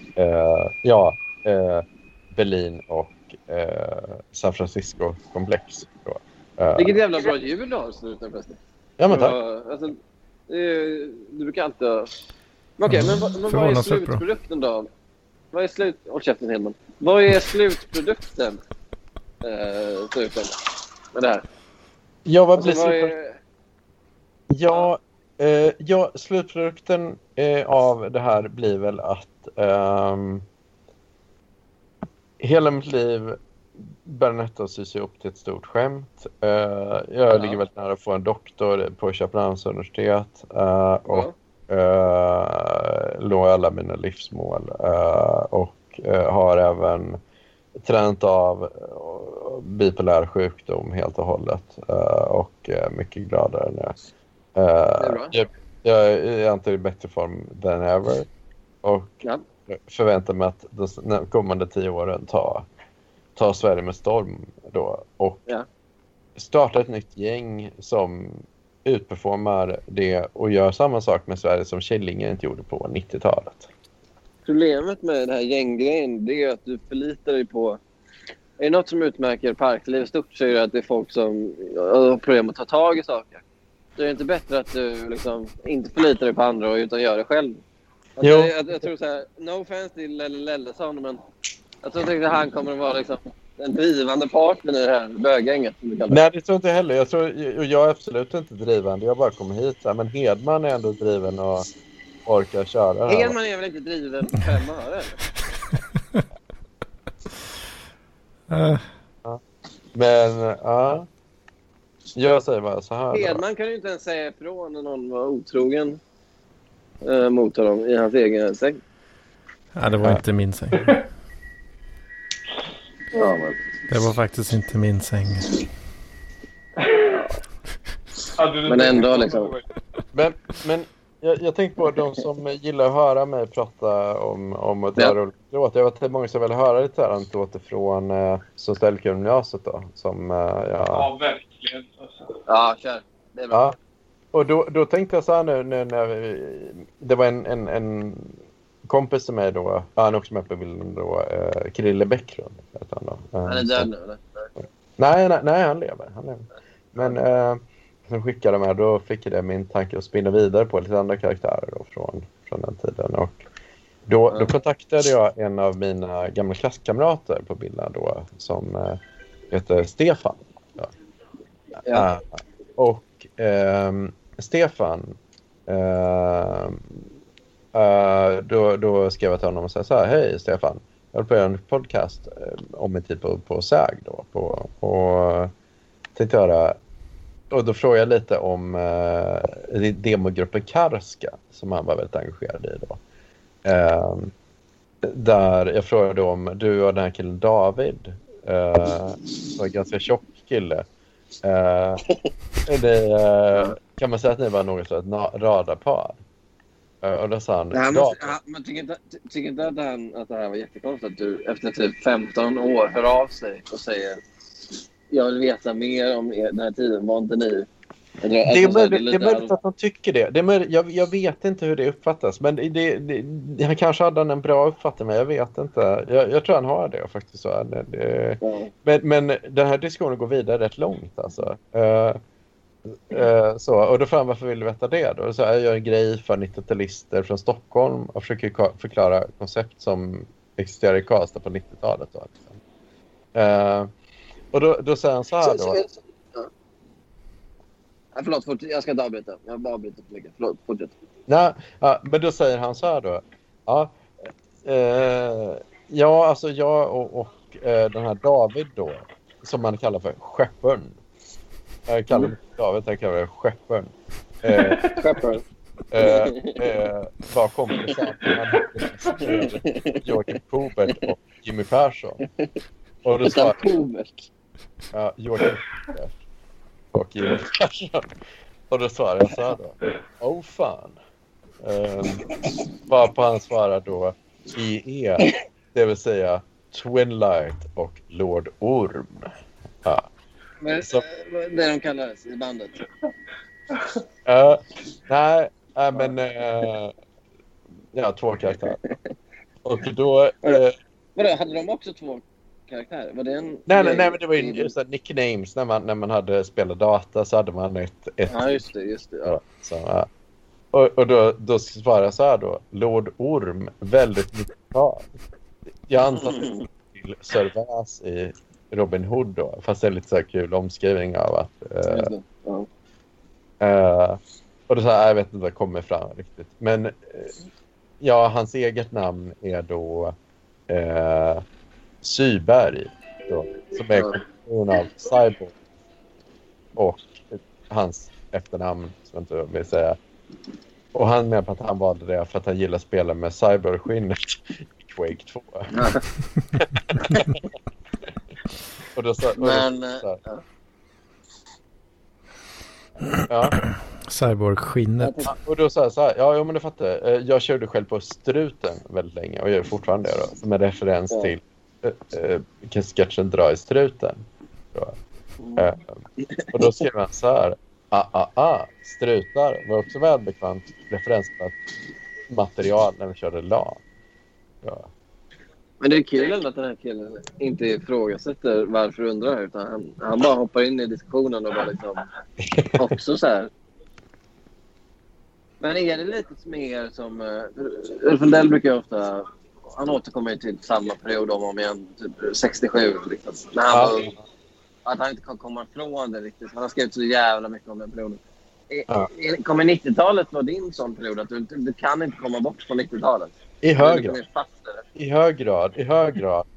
Berlin och San Francisco-komplex. Vilket jävla bra jul du har sluten förresten. Ja, men tack. Alltså, du brukar alltid... Okej, men vad är slutprodukten då? Vad är Håll käften, Hedman. Vad är slutprodukten? Sluten med det här? Ja, vad blir slutprodukten? Slutprodukten av det här blir väl att hela mitt liv Bernetta syns upp till ett stort skämt. Jag ligger väldigt nära att få en doktor på Köpenhamns universitet och låg alla mina livsmål och har även tränat av bipolär sjukdom helt och hållet och mycket gladare nu. Jag är inte i bättre form than ever och förväntar mig att de kommande 10 åren ta Sverige med storm då och starta ett nytt gäng som utperformar det och gör samma sak med Sverige som Killinge inte gjorde på 90-talet. Problemet med den här gänggrejen, det är att du förlitar dig på... Är det något som utmärker parkliv stort så är det att det är folk som har problem att ta tag i saker. Det är inte bättre att du liksom inte förlitar dig på andra utan gör det själv. Alltså, Jo. jag tror så här, no offense till Lellesson, men jag tror inte att han kommer att vara liksom en drivande partner i det här bögänget. Nej, det tror inte jag heller. Jag är absolut inte drivande. Jag bara kommer hit. Men Hedman är ändå driven och orkar köra. Hedman är väl inte driven på 5 öre? Men, ja. Jag säger bara så här. Hedman kan ju inte ens säga ifrån när någon var otrogen mot honom i hans egen säng. Ja, det var inte min säng. Ja, men. Det var faktiskt inte min säng. Men ändå liksom. Men jag tänkte på de som gillar att höra mig prata om att dra roligt låt. Jag vet att det är många som vill höra lite här anekdoter från som Ställgymnasiet då. Som Ja, verkligen. Alltså. Ja, kör. Det är bra. Ja. Och då tänkte jag så här nu när det var en kompis till mig då. Han är också med på bilden då. Krille Bäcklund. Han är död nu, eller? Nej, han lever. Men som skickade med, då fick det min tanke att spinna vidare på lite andra karaktärer då, från den tiden. Och då kontaktade jag en av mina gamla klasskamrater på bilden då, som heter Stefan. Ja. Och Stefan då skrev jag till honom och sa så här: hej Stefan, jag håller på att göra en podcast om en tid på SÄG då, och tänkte höra. Och då frågade jag lite om demogruppen Karska som han var väldigt engagerad i då. Där jag frågade om du och den här killen David, var en ganska tjock kille. Kan man säga att ni var något slags radarpar? Och då sa han... Man tycker inte att det här var jättekonstigt att du efter typ 15 år hör av sig och säger jag vill veta mer om den här tiden, var inte ni? Det är möjligt att de tycker det. Jag vet inte hur det uppfattas, men han kanske hade en bra uppfattning, men jag vet inte. Jag tror han har det faktiskt. Så. Men den här diskussionen går vidare rätt långt alltså. Så, och då frågade varför vill du veta det då? Så jag gör en grej för 90-talister från Stockholm och försöker förklara koncept som existerar i Karlstad på 90-talet då, liksom. Och då säger han så här då. Förlåt, jag ska inte avbryta. Jag bara avbryter för mycket. Förlåt, fortsätt. Nej, men då säger han så här då. Alltså jag och den här David då, som man kallar för Skeppern. Jag kallar mig David, jag kallar det Skeppern. Skeppern. Var kompisar. Joakim Pobert och Jimmy Persson. Och då sa Joakim Pobert och Jimmy Persson. Och då svarade jag så här då. Fan. Varpå han svarar då IE, det vill säga Twinlight och Lord Orm. Ja. Men så, det de kallades i bandet. Nej, men ja, 2 karaktärer. Och då vadå, hade de också 2 karaktärer? Var det en nej, men det var ju just nicknames när man hade spelat data, så hade man ett ja, just det. Ja. Så, och då svarar jag så här då. Lord Orm, väldigt mycket kvar. Jag antar till Servais i Robin Hood då, fast det är lite så här kul omskrivning av att och då sa jag vet inte vad det kommer fram riktigt, men ja, hans eget namn är då Syberg då, som är kombination av Cyborg och hans efternamn som jag inte vill säga, och han menar på att han valde det för att han gillar att spela med Cyberskinnet i Quake 2. Och då sa Cyborg-skinnet. Och då sa jag så här, ja men du fattar, jag körde själv på Struten väldigt länge och gör fortfarande det då, som en referens till sketchen Dra i struten. Och då skrev han så här, strutar var också välbekant referens på material när vi körde LAN. Ja. Men det är kul att den här killen inte ifrågasätter varför undrar, utan han bara hoppar in i diskussionen och bara liksom också så här Men är det lite mer som... Ulf Lundell brukar ju ofta... Han återkommer ju till samma period om igen, typ 67. Liksom. När han var, att han inte kan komma ifrån det riktigt. Han har skrivit så jävla mycket om den perioden. Kommer 90-talet vara din sån period? Att du kan inte komma bort från 90-talet? I hög grad. I hög grad.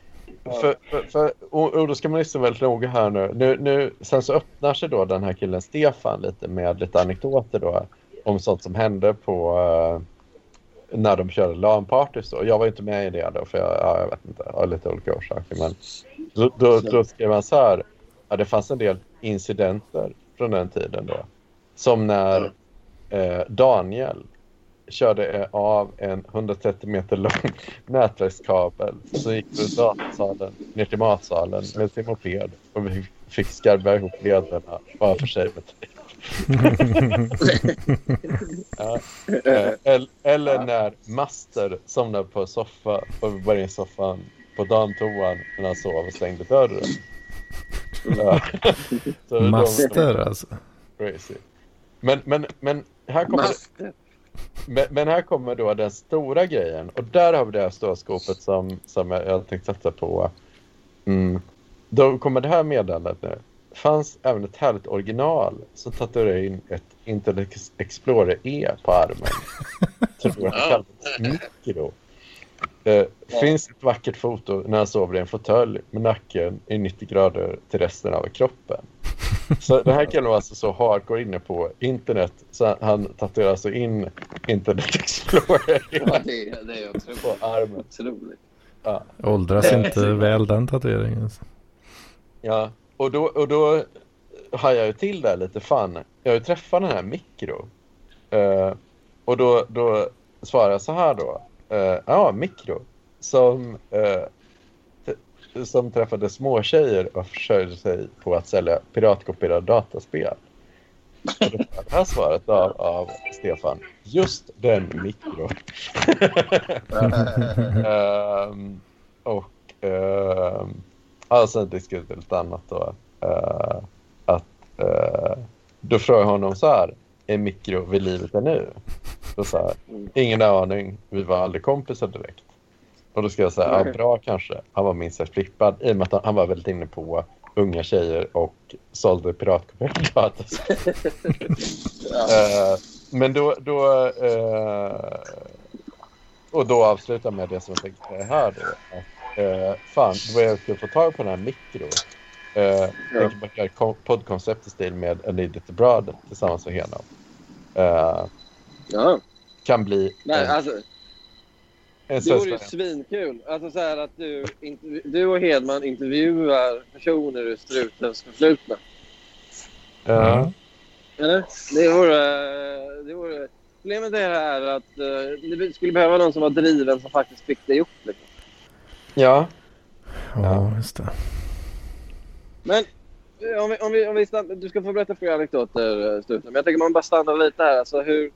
Och då ska man lyssna väldigt noga här nu. Sen så öppnar sig då den här killen Stefan lite med lite anekdoter då om sånt som hände på när de körde LAN-partys då. Jag var inte med i det då för jag vet inte, av lite olika orsaker. Men då skrev man så här, det fanns en del incidenter från den tiden då. Som när Daniel körde av en 130 meter lång nätverkskabel, så gick du datasalen ner till matsalen med sin moped och vi fick skarva ihop lederna var för sig med tejp. Eller när Master somnade på soffa och vi var i soffan på damtoan när han sov och stängde dörren. Master alltså. Crazy. Men här kommer Men här kommer då den stora grejen. Och där har vi det här stora skåpet som jag tänkte sätta på. Då kommer det här meddelandet nu. Det fanns även ett härligt original som tatuerade in ett Internet Explorer E på armen. Tror jag kallas mikro. Finns ett vackert foto när han sover i en fåtölj med nacken i 90 grader till resten av kroppen. Så den här killen var alltså så hardcore inne på internet så han tatuerade alltså in Internet Explorer det är otroligt. På armen. Otroligt. Ja. Åldras inte väl den tatueringen. Ja, och då har jag ju till där lite fan. Jag har ju träffat den här mikro. Och då svarar jag så här då. Mikro. Som träffade små tjejer och försörjde sig på att sälja piratkopierade dataspel. Och det här svaret av Stefan. Just den mikro. Sen diskuterade lite annat då. Då frågade jag honom så här. Är mikro vid livet ännu? Då sa jag, ingen aning. Vi var aldrig kompisar direkt. Och då ska jag säga, bra kanske. Han var minst flippad i och med att han var väldigt inne på unga tjejer och sålde piratkopierade. Men då och då avslutar med det som jag tänkte här då. Fan, då var jag skulle få tag på den här mikro. Jag kan bara göra poddkoncept i stil med A Need It Abroad tillsammans med Hedman. Kan bli... Nej, alltså... Det vore ju svinkul. Alltså så här att du och Hedman intervjuar personer ur Strutens förflutna. Ja. Eller? Det vore... Problemet är här att det skulle behöva någon som var driven som faktiskt fick det ihop. Liksom. Ja. Ja, just det. Men om vi stannar, du ska få berätta fler anekdoter, Struten. Men jag tänker man bara stannar lite här. Alltså hur...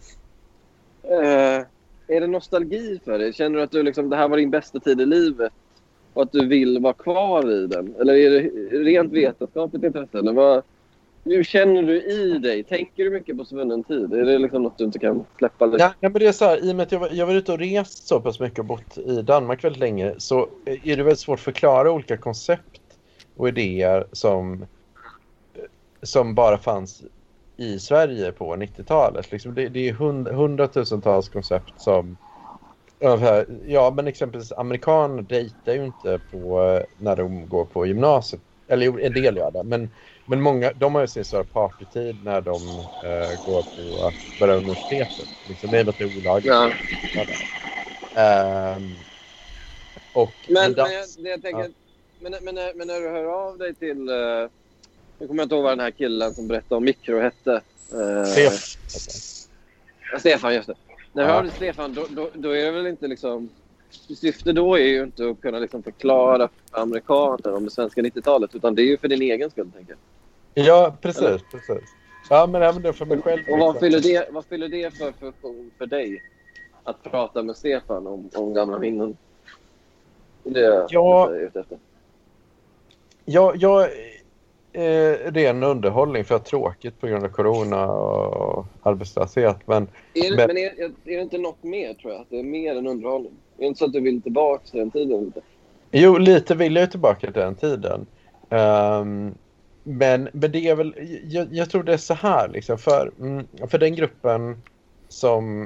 är det nostalgi för dig? Känner du att du liksom, det här var din bästa tid i livet och att du vill vara kvar i den? Eller är det rent vetenskapligt intresse? Eller hur känner du i dig? Tänker du mycket på svunnen tid? Är det liksom något du inte kan släppa? Ja, men det är så här, i och med att jag var ute och rest så pass mycket och bott i Danmark väldigt länge, så är det väldigt svårt att förklara olika koncept och idéer som bara fanns i Sverige på 90-talet. Liksom det är hundratusentals koncept som... Ja, men exempelvis amerikaner dejtar ju inte på när de går på gymnasiet. Eller en del gör det. Men många, de har ju sin stora partytid när de går på att börja universitetet. Liksom, det är något olagligt. Ja. Men när du hör av dig till... Jag kommer inte ihåg vad den här killen som berättade om mikro hette. Stefan, just det. När du hör till Stefan, då är det väl inte liksom... Syftet då är ju inte att kunna liksom förklara för amerikaner om det svenska 90-talet, utan det är ju för din egen skull, tänker jag. Ja, precis. Ja, men även det för mig själv. Och vad fyller det för funktion för dig? Att prata med Stefan om gamla minnen? Det är jag ute efter. ren underhållning för att tråkigt på grund av corona och arbetslöshet. Men är det inte något mer, tror jag? Att det är mer än underhållning? Är det inte så att du vill tillbaka till den tiden lite? Jo, lite vill jag tillbaka till den tiden. Men det är väl, jag tror det är så här liksom, för den gruppen som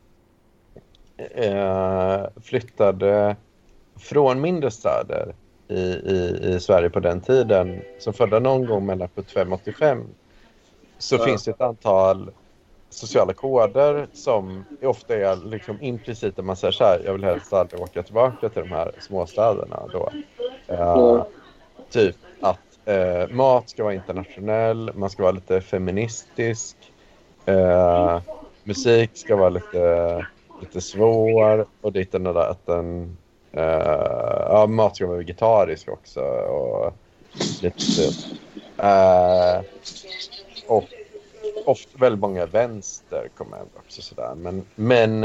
flyttade från mindre städer i Sverige på den tiden, som födda någon gång mellan 75 och 85, så finns det ett antal sociala koder som ofta är liksom implicit, man säger så här: jag vill helst aldrig åka tillbaka till de här småstäderna då. Typ att mat ska vara internationell, man ska vara lite feministisk, musik ska vara lite svår, och ditten och datten. Mat ska vara vegetarisk också, och lite och ofta väldigt många vänster kommer också sådär, men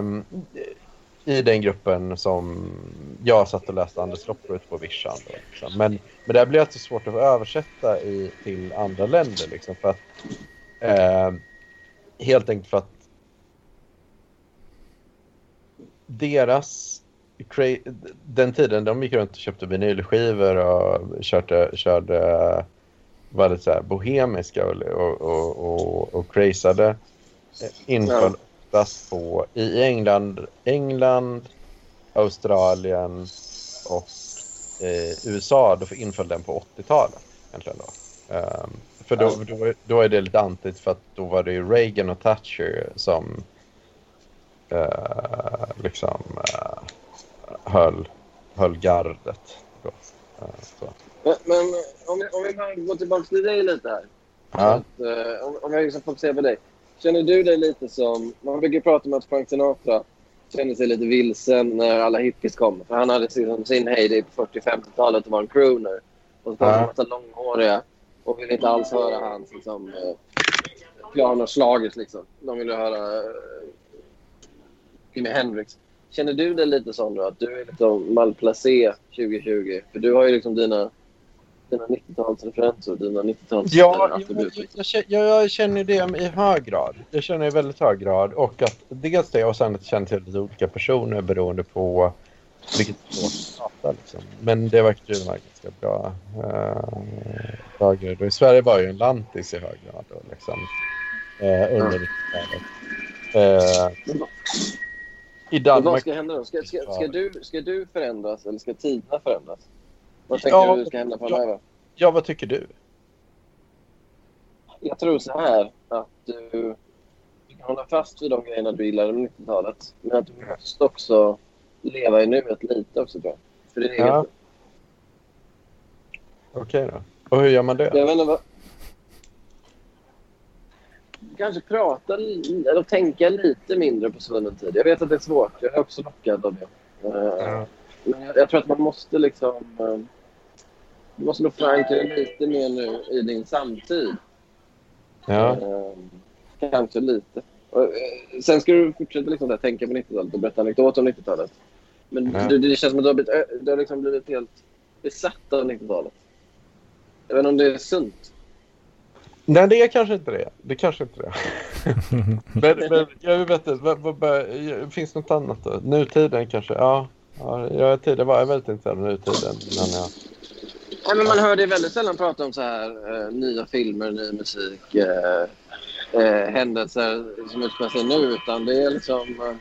i den gruppen som jag satt och läste Anders Loppro ut på Vischan då, liksom. Men det blir alltid svårt att översätta till andra länder liksom, för att helt enkelt för att den tiden de gick runt och köpte vinylskivor och körde väldigt så här bohemiska och crazade, inföll oftast på i England, Australien och USA. Då inföll den på 80-talet egentligen då. För då är det lite antigt, för att då var det ju Reagan och Thatcher som liksom höll gardet då. Så. Men om vi bara går tillbaka till dig lite här. Ja. Att, om jag liksom fokuserar på dig. Känner du dig lite som... Man brukar prata om att Frank Sinatra kände sig lite vilsen när alla hippies kom. För han hade sin heyday på 40-50-talet och var en crooner. Och så kom en massa långhåriga och ville inte alls höra hans liksom, pianoslagers liksom. De ville höra Jimi Hendrix. Känner du dig lite sån då? Att du är liksom malplacé 2020? För du har ju liksom dina 90-talsreferenser, dina 90-tals... Jag känner det i hög grad. Jag känner det i väldigt hög grad. Och att dels det, och sen att jag känner till lite olika personer beroende på vilket språk man pratar liksom. Men det verkar ju vara ganska bra. Och i Sverige var ju en lantis i hög grad då, liksom. Under 90-talet. I Danmark... Vad ska hända då? Ska du förändras eller ska tiderna förändras? Vad tänker du ska hända framöver? Ja, vad tycker du? Jag tror så här att du kan hålla fast vid de grejerna du gillade med 90-talet. Men att du måste också leva i nuet lite också, tror jag. För det är ja. Okej då. Och hur gör man det? Jag vet inte vad... Kanske prata eller tänka lite mindre på svunnen tid. Jag vet att det är svårt. Jag är också lockad av det. Men jag tror att man måste liksom... Du måste nog förankra lite mer nu i din samtid. Ja. Kanske lite. Sen ska du fortsätta liksom där, tänka på 90-talet och berätta anekdoter om 90-talet. Men det känns som att du har liksom blivit helt besatt av 90-talet. Jag vet inte om det är sunt. Nej, det är kanske inte det. Det kanske inte det. men jag vet inte. Finns något annat då? Nutiden kanske? Ja, tiden var jag väldigt intresserad av nutiden. Men man hör det väldigt sällan prata om så här nya filmer, ny musik, händelser som utspelar sig nu, utan det är liksom...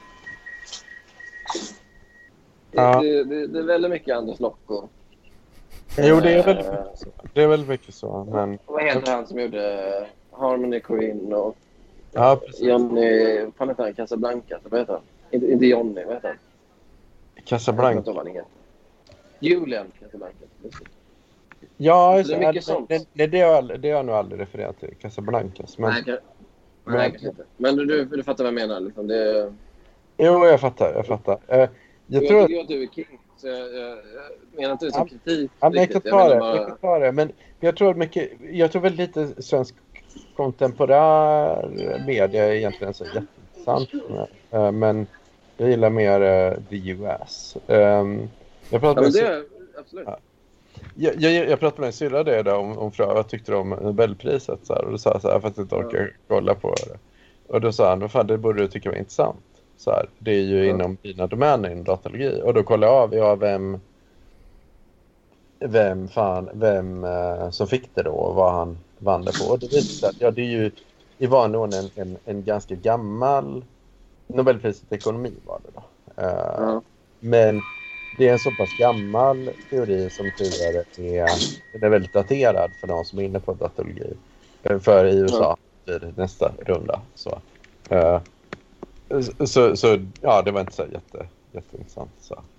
Det är väldigt mycket Anders Loppro. Jo, det är väldigt mycket så. Det är väldigt mycket så. Men... Vad heter han som gjorde Harmony Korine och Johnny... Vad heter han? Casablanca? Vad heter han? Inte Johnny, vad heter han? Casablanca. Julian Casablanca. Ja, det är mycket sånt. Det har jag nog aldrig refererat till. Casablancas. Nej, kanske inte. Men du fattar vad jag menar. Liksom. Jo, jag fattar. Jag tror att du är king. Så jag menar inte det som kritik. Ja, jag kan ta det. Men jag tror väl lite svensk kontemporär media är egentligen så jätteintressant. Men jag gillar mer the US. Jag pratar det absolut. Jag pratade med en syrra det där om vad tyckte du om Nobelpriset så här, och då sa jag så här, för att jag inte orkar kolla på det. Och då sa han, vad fan, det borde du tycka var intressant. Så här, det är ju inom dina domäner inom datalogi. Och då kollade jag av vem som fick det då och vad han vann det på. Och det visade sig att det är ju i vanlig ordning en ganska gammal Nobelpriset i ekonomi var det då. Men det är en så pass gammal teori som tidigare är väldigt daterad för de som är inne på datalogi. För i USA vid nästa runda. Så ja, det var inte så jätteintressant.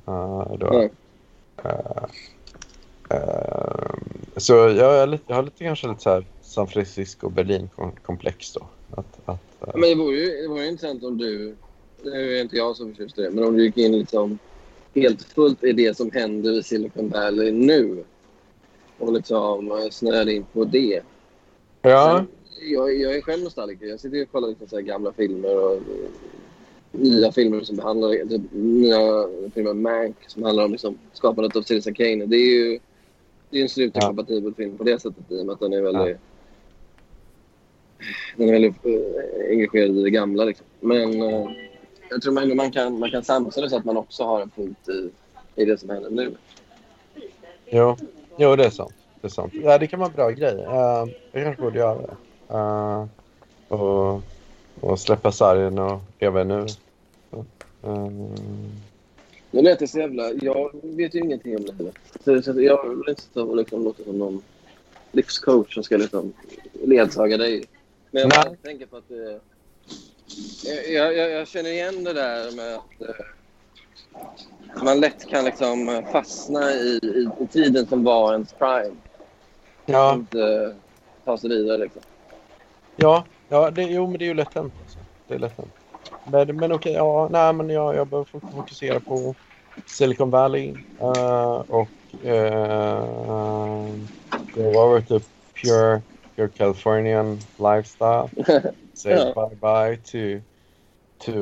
Så jag har lite kanske lite så här San Francisco Berlin-komplex då. Men det vore ju intressant om du, det är inte jag som förtjust det, men om du gick in liksom helt fullt i det som händer i Silicon Valley nu och liksom snöade in på det. Ja. Sen, jag är själv nostalgiker. Jag sitter och kollar lite så här gamla filmer och nya filmer som behandlar nya filmer Mank som handlar om liksom skapandet av Citizen Kane. Det är ju en slutkompatibel film på det sättet i och med att den är väldigt engagerad i det gamla liksom. Men jag tror ändå man kan samsas så att man också har en punkt i det som händer nu. Jo, det är sant. Ja, det kan vara en bra grej. Jag kanske borde göra det. Och släppa sargen och leva nu. Nu lät det så jävla... Jag vet ju ingenting om det. Så jag vill inte stå och liksom låta som någon livscoach som ska liksom ledsaga dig. Men jag tänker på att... Jag känner igen det där med att man lätt kan liksom fastna i tiden som var ens prime. Ja. Och inte ta sig vidare liksom. Ja, men det är ju lätt hänt. Alltså. Det är lätt hänt. Men okej, men jag behöver fokusera på Silicon Valley och gå över till pure Californian lifestyle. Say bye to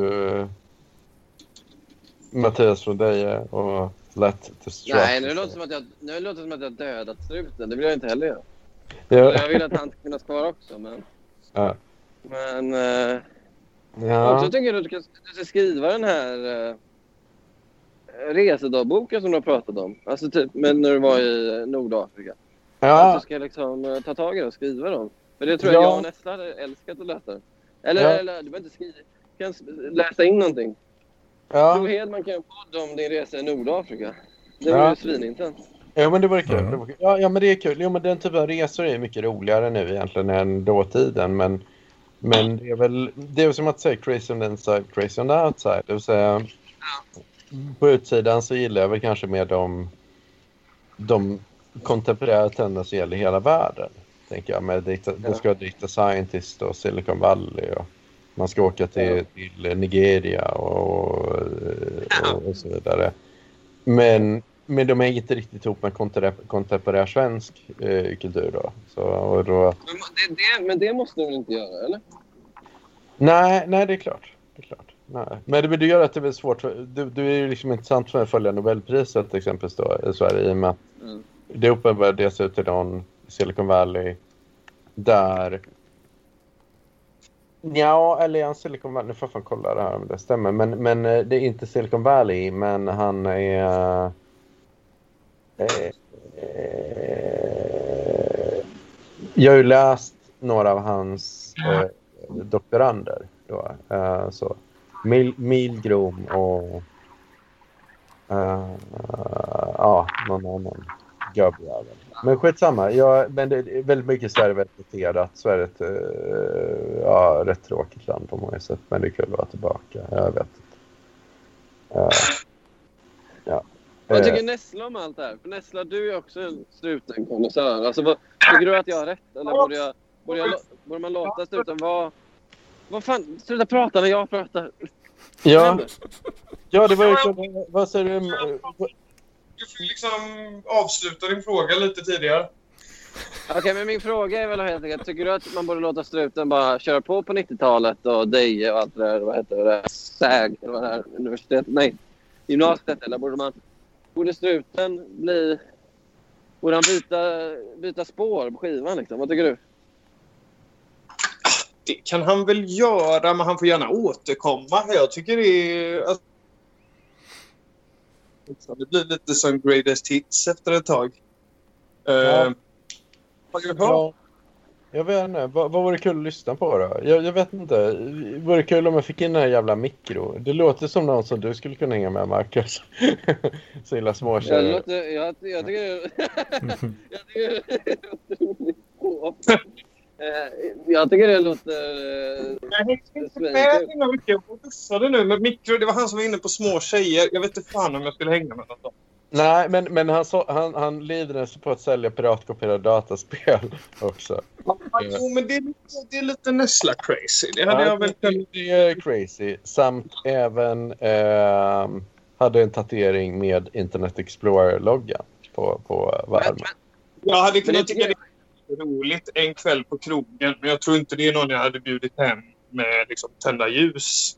Mattias Rodeje och Let the Struck. Nej, nu låter det som att jag dödat struten. Det vill jag inte heller göra. Ja. Jag vill att han ska finnas kvar också, men... Ja. Men... Ja. Också tycker jag att du ska skriva den här resedagboken som du har pratat om. Alltså typ när du var i Nordafrika. Ja. Att du ska liksom ta tag i det och skriva dem. För det tror jag och Nessla hade älskat att läsa. Eller du behöver inte skriva. Du kan läsa in någonting. Ja. Tror Hedman kan podda om din resa i Nordafrika. Det var ju svinintressant. Ja, men det var kul. Ja, men det är kul. Jo, men den typen av resor är mycket roligare nu egentligen än dåtiden. Men det är som att säga crazy on the inside, crazy on the outside. Det vill säga, på utsidan så gillar jag väl kanske mer de kontemporära tendenser gäller i hela världen. Tänker jag. Med det ska vara data scientist och Silicon Valley och man ska åka till Nigeria och så vidare. Men de är inte riktigt ihop med kontemporär svensk kultur då. Men det måste du inte göra, eller? Nej, det är klart. Nej. Men det gör att det blir svårt. Du är ju liksom intressant för att följa Nobelpriset exempelvis då i Sverige i och med att det är uppenbart det ser ut till någon Silicon Valley där eller en Silicon Valley, nu får jag fan kolla det här om det stämmer, men det är inte Silicon Valley, men han är jag har ju läst några av hans doktorander då, så Milgrom och någon annan gubbjävel. Men skitsamma, men det är väldigt mycket Sverige väldigt Sverige är ett rätt tråkigt land på många sätt, men det är kul att vara tillbaka, jag vet inte. Vad tycker Nessla om allt det här? För Nessla, du är också en struten-kondensör. Alltså, tycker du att jag har rätt? Eller borde man låta struten vara... Vad fan? Sluta prata när jag pratar. Ja, det var ju... Vad säger du? Du får liksom avsluta din fråga lite tidigare. Okej, men min fråga är väl helt enkelt. Tycker du att man borde låta struten bara köra på 90-talet och Deje och allt det där? Vad heter det? SÄG, eller vad det här? Universitet? Nej, gymnasiet. Eller borde struten bli Borde han byta spår på skivan liksom? Vad tycker du? Det kan han väl göra, men han får gärna återkomma. Jag tycker det är... Det blir lite som greatest hits efter ett tag. Ja. Har du hört? Ja. Jag vet inte. Vad var det kul att lyssna på då? Jag vet inte. Var det kul om jag fick in den här jävla mikro? Det låter som någon som du skulle kunna hänga med, Marcus. Så illa småkärring. Jag tycker jag tycker det låter otroligt på. Jag tycker det låter... Jag hängde inte med innan mycket. Jag bussade nu med mikro. Det var han som var inne på små tjejer. Jag vet inte fan om jag skulle hänga med något. Nej, men han lider sig på att sälja piratkopierade dataspel också. Jo, men det är lite näsla crazy. Det hade jag väl... Det är crazy. Samt även hade en tatuering med Internet Explorer-loggan på värmen. Jag hade kunnat tycka det var roligt en kväll på krogen. Men jag tror inte det är någon jag hade bjudit hem med liksom tända ljus.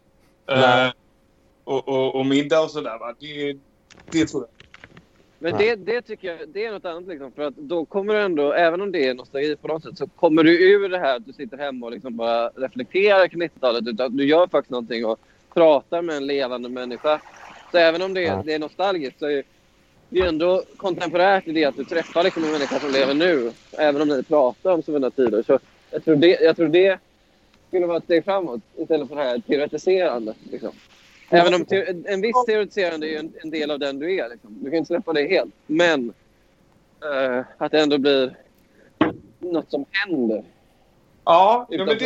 Och middag och sådär. Va? Det tror jag. Men det tycker jag, det är något annat liksom, för att då kommer du ändå, även om det är nostalgi på något sätt, så kommer du ur det här att du sitter hemma och liksom bara reflekterar kring 90-talet, utan du gör faktiskt någonting och pratar med en levande människa. Så även om det är nostalgiskt, så är det ändå kontemporärt i det att du träffar liksom en människa som lever nu, även om ni pratar om sådana tider. Så jag tror det skulle vara ett steg framåt istället för det här teoretiserande liksom. Även om en viss teoretiserande är en del av den du är. Liksom. Du kan inte släppa det helt. Men att det ändå blir något som händer. Ja, Utan men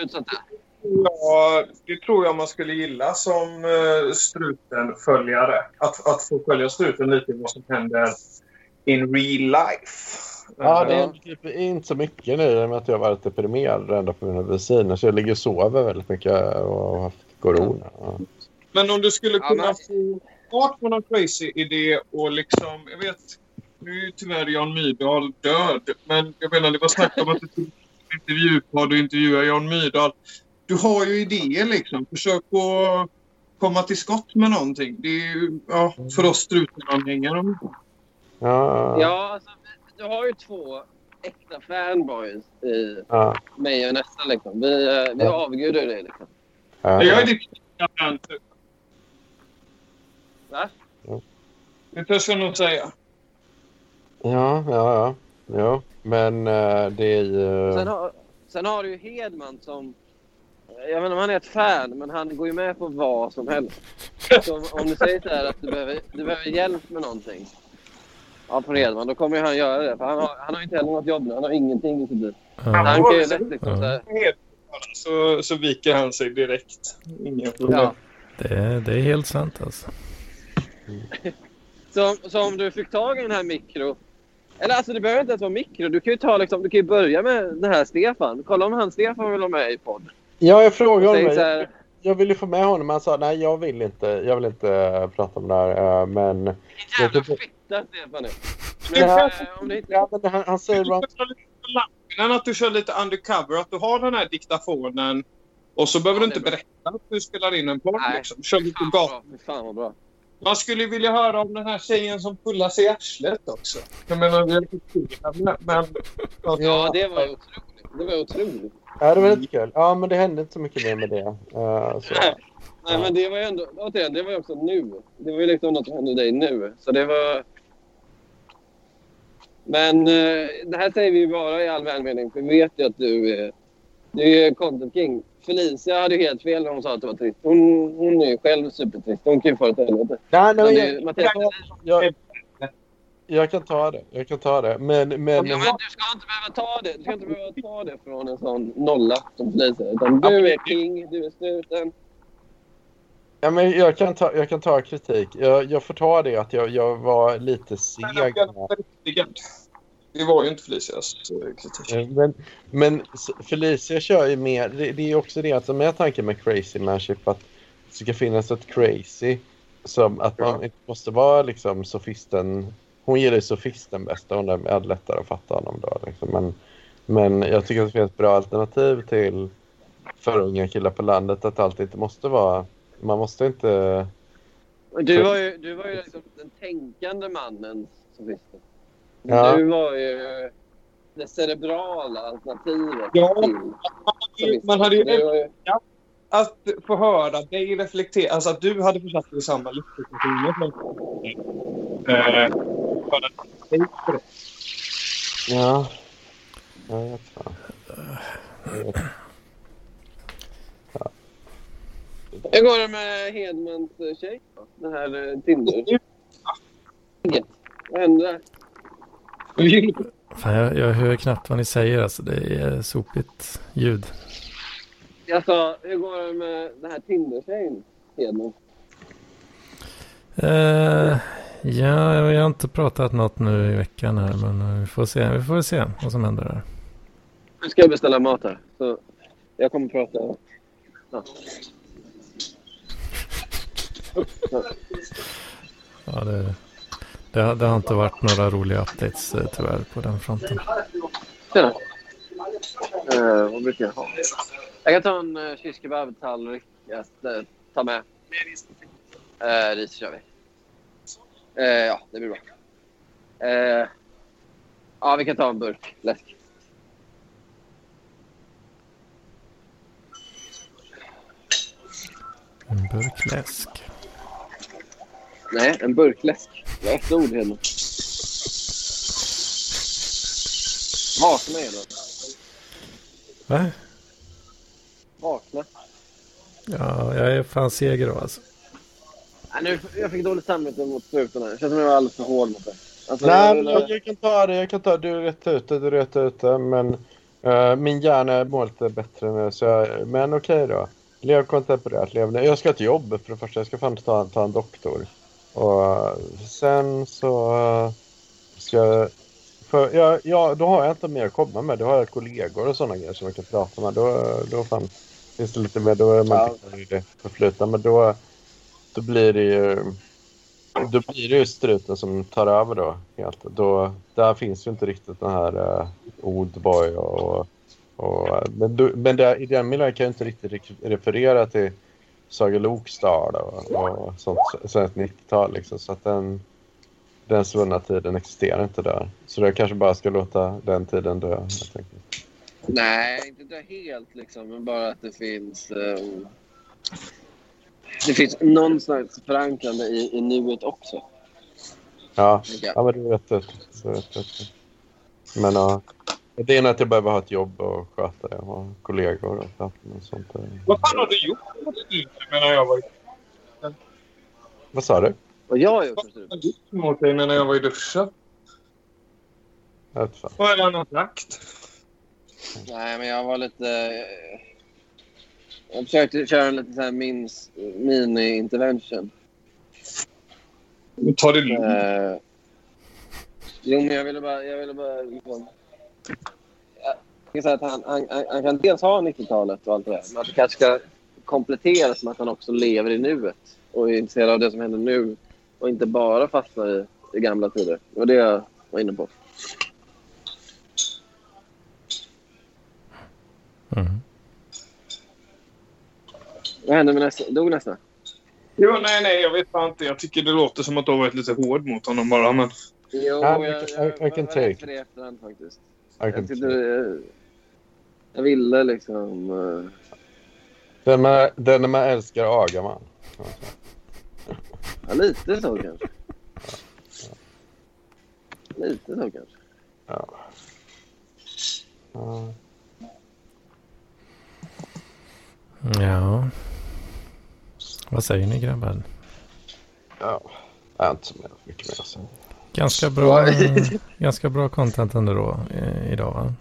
det tror jag man skulle gilla som struten-följare. Att få följa struten lite i vad som händer in real life. Ja, det är typ inte så mycket nu med att jag har varit deprimerad ända på mina mediciner. Så jag ligger och sover väldigt mycket och har haft corona. Ja. Men om du skulle kunna få start på någon crazy idé och liksom, jag vet, nu är ju tyvärr Jan Myrdal död, men jag menar det var snack om att du skulle intervjupodd och intervjua Jan Myrdal. Du har ju idéer liksom, försök att komma till skott med någonting. Det är ju, för oss strutenanhängare. Ja, alltså, du har ju 2 äkta fanboys i mig och nästan liksom. Vi avgudar det liksom. Jag är ditt fan. Va? Det törs jag nog säga. Ja. Men det är ju... Sen har du ju Hedman som... Jag vet inte om han är ett fan, men han går ju med på vad som helst. Så om du säger så här att du behöver hjälp med någonting från Hedman, då kommer ju han göra det. För han har inte heller något jobb nu. Han har ingenting i sitt liv. Han kan ju lätt liksom så här... Så viker han sig direkt. Ingen problem. Ja. Det är helt sant alltså. Så om du fick tag i den här mikro... Eller alltså det behöver inte ens vara mikro. Du kan ju du kan ju börja med den här Stefan. Kolla om Stefan vill ha med i podd. Ja, jag frågade honom. Jag ville få med honom, men han sa nej, jag vill inte prata om det här. Men... Jävla fitta Stefan nu. Han säger bara... Att du kör lite undercover, att du har den här diktafonen och så behöver du inte berätta att du spelar in en podd. Liksom. Kör lite fan vad bra. Man skulle vilja höra om den här tjejen som pullar sig i arslet också. Jag menar, men... Ja, det var otroligt. Det var otroligt. Ja, det var lite kul. Ja, men det hände inte så mycket mer med det. Så. Nej, men det var ju ändå... Det var ju också nu. Det var ju liksom något som hände dig nu. Så det var... Men det här säger vi ju bara i all välmening. För vi vet ju att du är content king. Felicia hade helt fel när hon sa att det var trist. Hon är ju själv supertrist. Hon kan ju få ett helvete. Jag kan ta det. Jag kan ta det. Men du ska inte behöva ta det. Du ska inte behöva ta det från en sån nolla som Felicia. Utan du är king, du är struten. Ja, men jag kan ta kritik. Jag får ta det att jag var lite seg. Det var ju inte Felicias kritik. Men Felicia kör ju mer. Det är också det som är tanken med Crazy Manship, att det ska finnas ett crazy som att man inte måste vara liksom sofisten. Hon gillar ju sofisten bäst. Hon är lättare att fatta honom då liksom. Men jag tycker att det finns ett bra alternativ till för unga killar på landet, att allt inte måste vara, man måste inte... Du var ju liksom den tänkande mannen sofisten. Ja. Du var ju det cerebrala alternativet. Ja, till. man hade ju Det var ju... att få höra dig reflektera, alltså att du hade försatt dig i samma livssituationer för att tänka på det. Ja. Jag vet fan. Hur går det med Hedmans tjej? Den här Tinder? Vad händer där? Fan, jag hör knappt vad ni säger. Alltså, det är sopigt ljud. Jag sa, hur går det med den här Tinder-tjejen, Hedman? Ja, jag har inte pratat något nu i veckan här. Men vi får se vad som händer där. Nu ska jag beställa mat här. Så jag kommer prata. Ja. Ja, det har inte varit några roliga updates tyvärr på den fronten. Tjena. Vad brukar jag ha? Jag kan ta en kyrkebab-tallrik att ta med. Ris kör vi. Ja, det blir bra. Ja, vi kan ta en burk läsk. En burk läsk. Nej, en burk läsk. Det var ett ord hela. Vakna är det. Va? Vakna. Ja, jag är fan seger då alltså. Nej, nu, jag fick dåligt samvete mot strutarna. Jag känner som jag var alldeles för hård mot det. Alltså, Nej, jag kan ta det. Du är rätt ute. Men min hjärna är lite bättre nu. Men okej då. Lev kontemporärt. Jag ska till jobb för det första. Jag ska fan ta en doktor. Och sen så ska då har jag inte mer att komma med. Då har jag kollegor och sådana grejer som jag kan prata med. Då fan finns det lite mer. Då är man i det förflutna. Men då blir det ju struten som tar över då. Helt. Där finns ju inte riktigt den här Oldboy men i den miljön kan jag inte riktigt referera till Saga Lokstad och sånt svenskt 90-tal liksom, så att den svunna tiden existerar inte där. Så jag kanske bara ska låta den tiden dö, jag tänker. Nej, inte dö helt liksom, men bara att det finns någonstans förankrande i nuet också. Ja, men du vet det. Men det är att jag behöver ha ett jobb och sköta det och kollegor och sånt. Vad fan har du gjort medan jag var i... Vad sa du? Vad jag har gjort Vad har du gjort mot dig medan jag var i duschen? Vad är det han har sagt? Nej, men jag var lite... Jag försökte köra en lite så här mini-intervention. Ta det lugnt. Jo, men jag ville bara liksom... Jag kan säga att han kan dels ha 90-talet och allt det där, men att det kanske ska kompletteras med att han också lever i nuet och är intresserad av det som händer nu och inte bara fastnar i gamla tider. Det var det jag var inne på. Mm. Vad hände med nästa? Dog nästa? Jo, nej, jag vet fan inte. Jag tycker det låter som att du har varit lite hård mot honom bara, men... Jo, I can take det efterhand faktiskt. Jag ville liksom... Den man älskar agar man. Ja, lite så kanske. Lite så kanske. Ja. Ja. Vad säger ni, grabbar? Ja, jag har inte så mycket mer att säga. Ganska bra content ändå då, idag, va?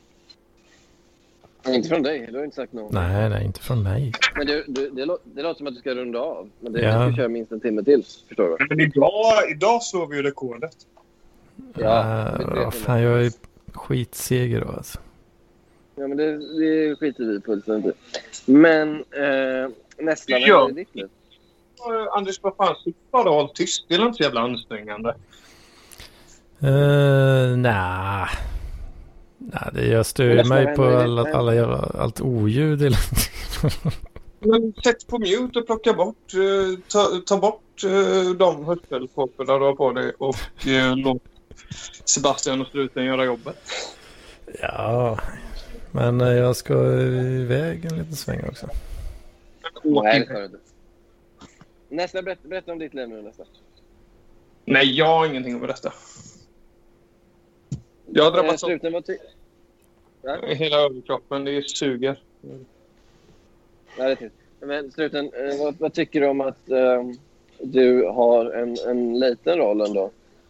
Inte från dig, du har inte sagt något. Nej, inte från mig. Men det låter som att du ska runda av. Men du ska köra minst en timme till, förstår du? Men idag slår vi ju rekordet. Ja, fan, jag är skitseger då, alltså. Ja, men det skiter vi fullständigt. Men nästa är ditt nu. Anders, vad fan, bara håll tyst. Det är inte så jävla ansträngande. Nej, jag stör mig på allt oljud eller Men sätt på mute och plocka bort ta bort de hörselkåporna du har på dig och låt Sebastian och struten göra jobbet. Ja, men jag ska iväg en liten sväng också. Nej, det ska du inte. Nästa, berätta om ditt liv nu nästa. Nej, jag har ingenting att berätta. Jag har drabbats av Struten, hela överkroppen. Det suger. Ja, det är trist. Men Struten, vad tycker du om att du har en liten roll ändå?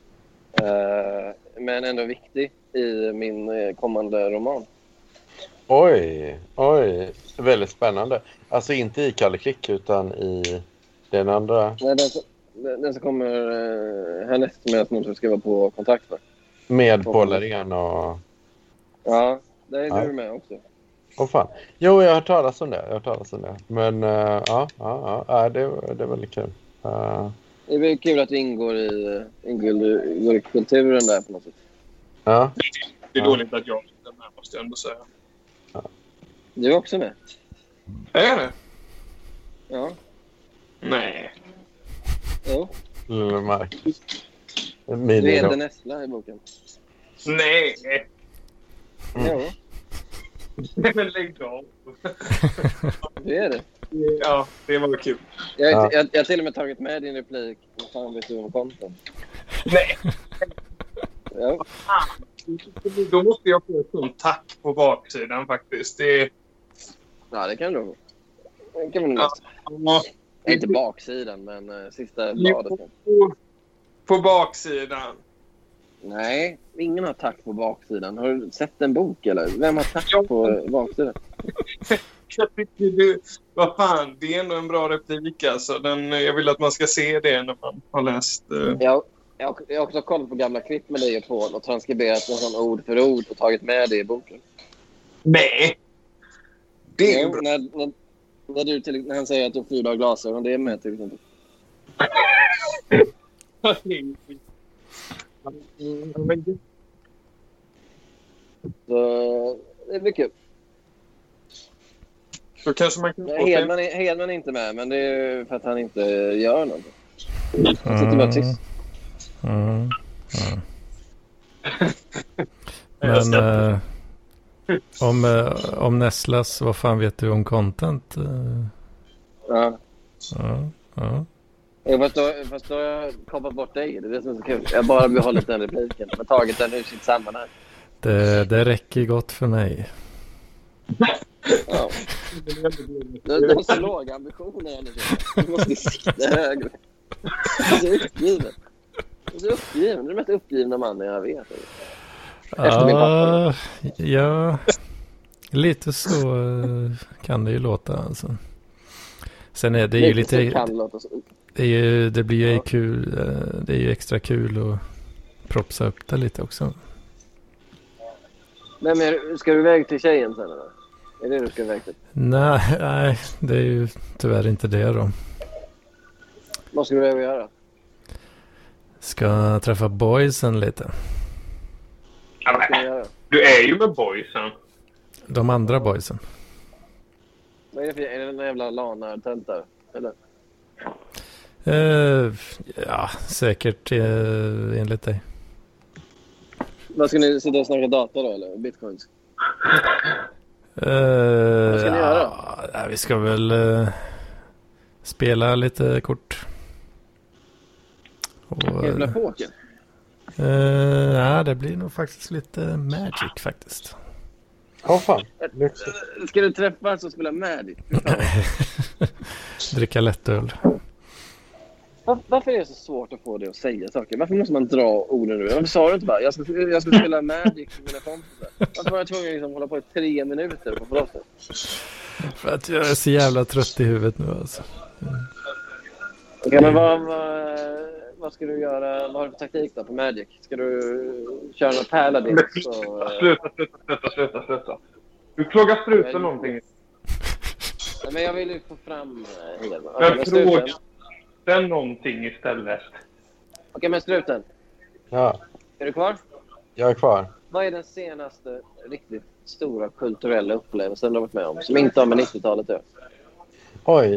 Men ändå viktig i min kommande roman. Oj. Väldigt spännande. Alltså inte i Kalle Klick utan i den andra. Nej, den som kommer härnäst som jag snart ska skriva på kontrakt för. Med Paul Arén och... Ja, där är Ja. du med också. Åh fan. Jo, jag har hört talas om det. Men ja, det är väldigt kul. Det är kul att du ingår i kulturen där på något sätt. Ja. Det är dåligt att jag är med, måste jag ändå säga. Du är också med? Är det? Ja. Nej. Jo. Mark. Du heter Nessla i boken. Nej. Jo. Men lägg av. Du är det. Ja, det var kul. Jag har till och med tagit med din replik. Vad fan vet du om konton? Nej. Ja. Då måste jag få ett sånt tack på baksidan faktiskt. Ja, det kan du. Det kan man nästan. Ja. Inte baksidan, men sista bladet. På baksidan. Nej, ingen har tack på baksidan. Har du sett en bok eller? Vem har tack på baksidan? Jag tycker du... Vad fan, det är ändå en bra replik alltså. Jag vill att man ska se det när man har läst... Jag har också kollat på gamla klipp med dig och Paul och transkriberat en sån ord för ord och tagit med det i boken. Nej! Det är Jo, bra. när han säger att du har 4 glasögon, det är med till exempel. Så det blir kul. Då kanske man kan... Hedman är inte med, men det är för att han inte gör något. Han sitter bara tyst. Men om Nesslas, vad fan vet du om content? Ja. Ja. Fast då har jag kopplat bort dig. Det är det som är så kul. Jag bara behållit den repliken. Jag har tagit den ur sitt sammanhang. Det räcker gott för mig. Ja. Du har så låga ambitioner, Anders. Du måste sikta högre. Du är så uppgiven. Du är den mest uppgivna mannen jag vet. Efter min pappa. Ja, lite så kan det ju låta alltså. Sen är det ju lite det blir ju kul, det är ju extra kul att propsa upp det lite också. Men ska du iväg till tjejen sen eller? Är det du ska iväg till? Nej, det är ju tyvärr inte det då. Vad ska du iväg och göra? Ska träffa boysen lite. Vad ska du göra? Du är ju med boysen. De andra boysen. Vad är det för en jävla lanartöntar? Eller? Ja, säkert enligt dig. Vad ska ni sitta och snacka data då eller? Bitcoins? Vad ska ni göra? Ja, vi ska väl spela lite kort. Jävla poker? Ja, det blir nog faktiskt lite Magic faktiskt. Fan. Ska du träffas och spela Magic? Dricka lättöl. Varför är det så svårt att få det att säga saker? Varför måste man dra orden ur? Varför sa du inte bara jag ska spela Magic med mina kompisar? Varför var jag tvungen att liksom hålla på i 3 minuter på förlossningen? För att jag är så jävla trött i huvudet nu alltså. Okej, men vad ska du göra? Vad har du för taktik då på Magic? Ska du köra några Paladins? Sluta. Du frågar struten någonting. Nej, men jag vill ju få fram Hedman. Jag frågar den någonting istället. Okej, men struten. Ja, Är du kvar? jag är kvar. Vad är den senaste riktigt stora kulturella upplevelsen du har varit med om? Som inte har med 90-talet att Oj.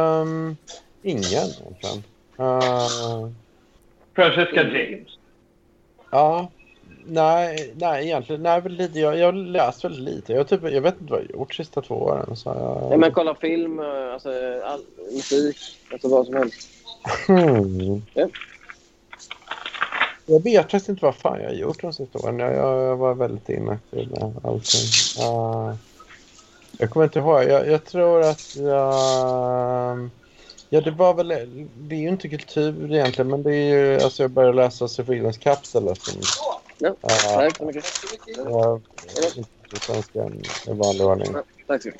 Ingen egentligen. Francesca James. Ja. Nej, egentligen. Nej, väl lite. Jag har läst väldigt lite. Jag vet inte vad jag har gjort sista 2 åren. Så jag... Ja, men kolla film, alltså musik, alltså vad som helst. Ja. Jag vet faktiskt inte vad fan jag har gjort de sista åren. Jag var väldigt inaktiv med allting. Jag kommer inte ihåg. Jag tror att ja, det var väl... Det är ju inte kultur egentligen, men det är ju... Alltså jag började läsa Sofilens kapsel. Ja, tack så mycket. Jag inte svenska i vanlig ordning. Tack så mycket.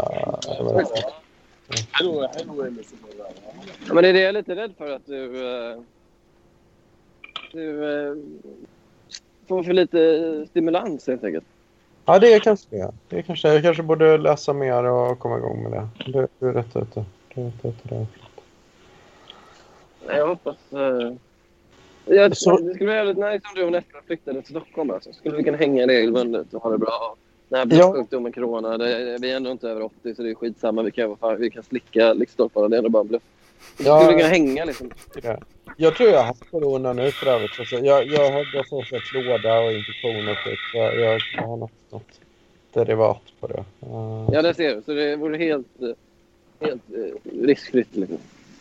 Ja, men det är det jag är lite rädd för, att du får för lite stimulans helt enkelt. Ja, det är kanske det. Jag kanske borde läsa mer och komma igång med det. Du är rätt ute. Jag hoppas... Det skulle vara jävligt nice om du och nästan flyttade till Stockholm. Alltså. Skulle vi kunna hänga regelbundet och ha det bra? Den här bluffsjukdomen corona, vi är ändå inte över 80 så det är skitsamma. Vi kan slicka lyktstolparna, det är ändå bara bluff. Skulle vi kunna hänga liksom? Ja. Jag tror jag har haft corona nu för övrigt. Alltså, jag har fått ett låda och infektioner. Jag har något derivat på det. Ja, det ser du. Så det vore helt riskfritt liksom.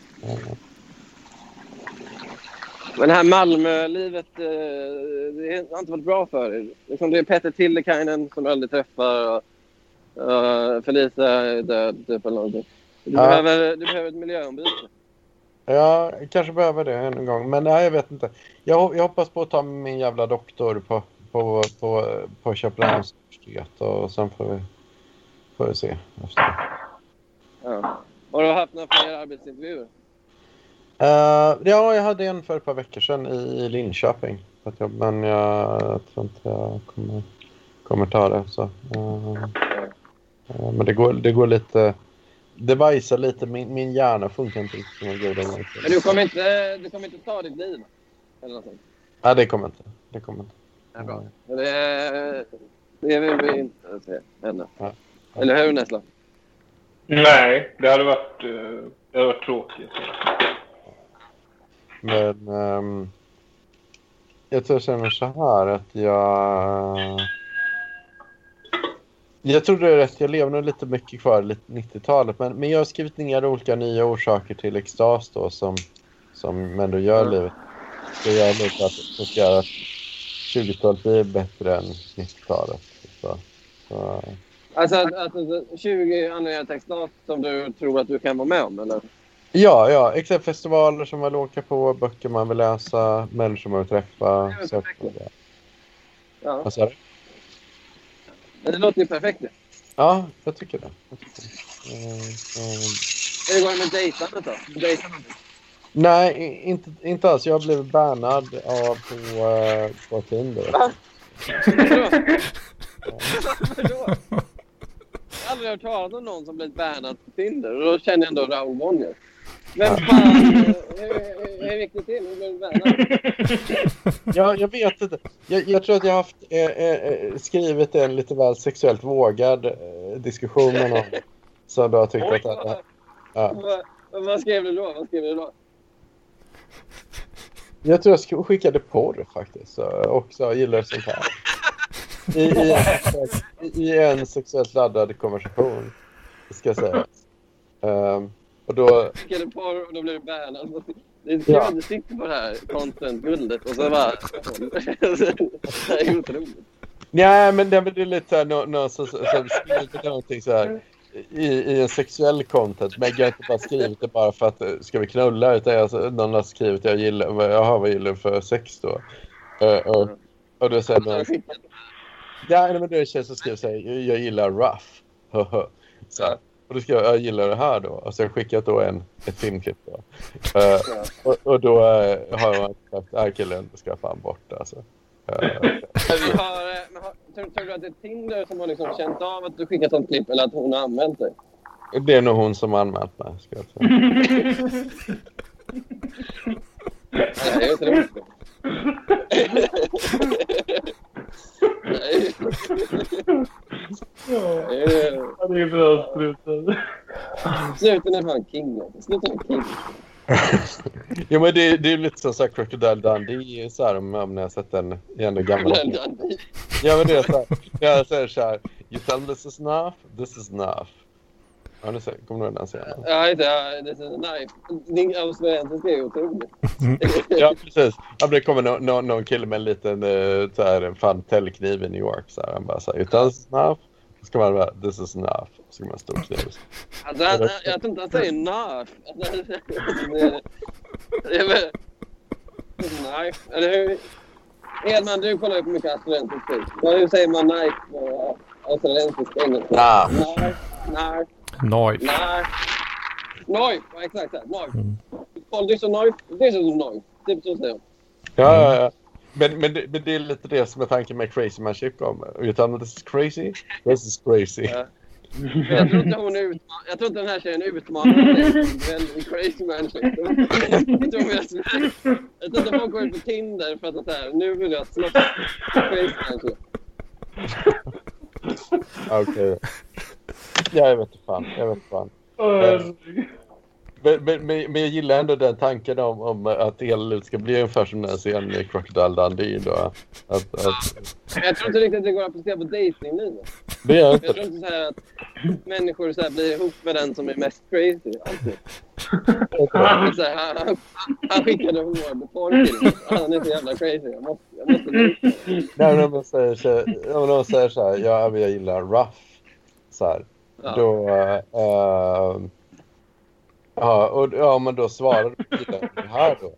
Men det här Malmö-livet, det har inte varit bra för er. Liksom det är Petter Tillekainen som du aldrig träffar. Och Felicia är död typ eller någonting. Du behöver ett miljöombyte. Ja, kanske behöver det en gång. Men nej, jag vet inte. Jag hoppas på att ta min jävla doktor på Köpenhamns universitet. Och sen får vi se efter. Ja. Har du haft några fler arbetsintervjuer? Ja, jag hade en för ett par veckor sedan i Linköping. Men jag tror inte jag kommer ta det. Så. Men det går lite... Det vajsar lite. Min hjärna funkar inte riktigt som en god. Men du kommer inte ta ditt liv? Eller något sånt? Nej, det kommer inte. Ja, bra. Det vill vi inte se ännu. Ja. Eller hur, Nessla? Nej, det hade varit tråkigt. Men jag tror jag känner så här att jag tror det är rätt. Jag lever nog lite mycket kvar 90-talet. Men jag har skrivit ner olika nya orsaker till extas då som ändå gör livet. Det gör lite att 20-talet blir bättre än 90-talet. Så. Alltså 20 anledningar till extas som du tror att du kan vara med om, eller? Ja, exakt festivaler som man vill åka på, böcker man vill läsa, människor man vill träffa. Ja. Vad sa du? Det låter ju perfekt. Ja, jag tycker det. Hur går det med dejtandet då? Nej, inte alls. Jag har blivit bannad på Tinder. Va? Vadå? Jag har aldrig hört talas om någon som blivit bannad på Tinder. Och då känner jag ändå Raoul Bonnier. Vem fan? Hur gick det till? Hur blev du bannad? Ja, jag vet inte. Jag tror att jag har haft skrivit en lite väl sexuellt vågad diskussion med någon som då har tyckt att... Vad skrev du då? Jag tror jag skickade porr faktiskt. Och så gillar sånt här. I en sexuellt laddad konversation, ska jag säga. Och då... Skickade porr och då blev du bannad. Det är kul att du sitter på det här content-guldet och så bara... Det är otroligt. Nej, men det är lite här, någon som skriver någonting så här i en sexuell content. Men jag har inte bara skrivit det bara för att ska vi knulla, utan någon har skrivit vad gillar för sex då. Och då säger man... Ja, men det känns som skriver sig jag gillar rough. Så här. Och då skriver jag gillar det här då. Och sen skickar jag då ett filmklipp då. Och då har man sagt att killen ska fan bort alltså. Tror du att det är Tinder som har liksom känt av att du skickat sånt klipp eller att hon har använt dig? Det är nog hon som har använt mig, ska jag säga. Nej, det är inte det. Nej. Ja, det är bra struten. Sluten är fan king. Sluten är king. Jo, men det är lite så här Crocodile Dundee så här om ni har sett den i en gammal. Ja, men det är så här. Jag säger så här, you tell this is enough, this is enough. Ja, ni säger, kommer du ihåg den scenen? Ja, det är knife. Din australiensiska är ju otroligt. Ja, precis. Ja, det kommer någon kille med en liten så här, en fantelkniv i New York. Så här. Han bara säger, you tell this is enough. Så ska man bara, this is enough. Så ska man stå och kniv. Alltså, jag tror inte han säger enough. Knife. Eller hur? Edman, du kollar ju på mycket australiensisk tid. Hur säger man knife på australiensisk engelska? Knife. Knife. Knife, ja, exakt. Knife. Det är så knife. Det är så knife. Typ så säger jag. Ja. Men det är lite det som är tanken med Crazy Man Chick om. Utan this is crazy, this is crazy. Ja. Jag tror inte den här tjejen utmanar väldigt Crazy Man Chick. Jag tror inte folk går ut på Tinder för att säga, nu vill jag slåss Crazy Man Chick. Okej. Ja, jag vet fan. Men jag gillar ändå den tanken om att hela ska bli ungefär som den scenen i Crocodile Dundee då. Jag tror inte riktigt att det går att applicera på datinglivet. Det gör inte. Jag tror inte så här att människor så här blir ihop med den som är mest crazy. Alltid. Så här, han skickade hård på till. Han är så jävla crazy. Jag måste Nej, men de säger så här, jag gillar rough. Så här. Ja. Då men då svarar du på det här då.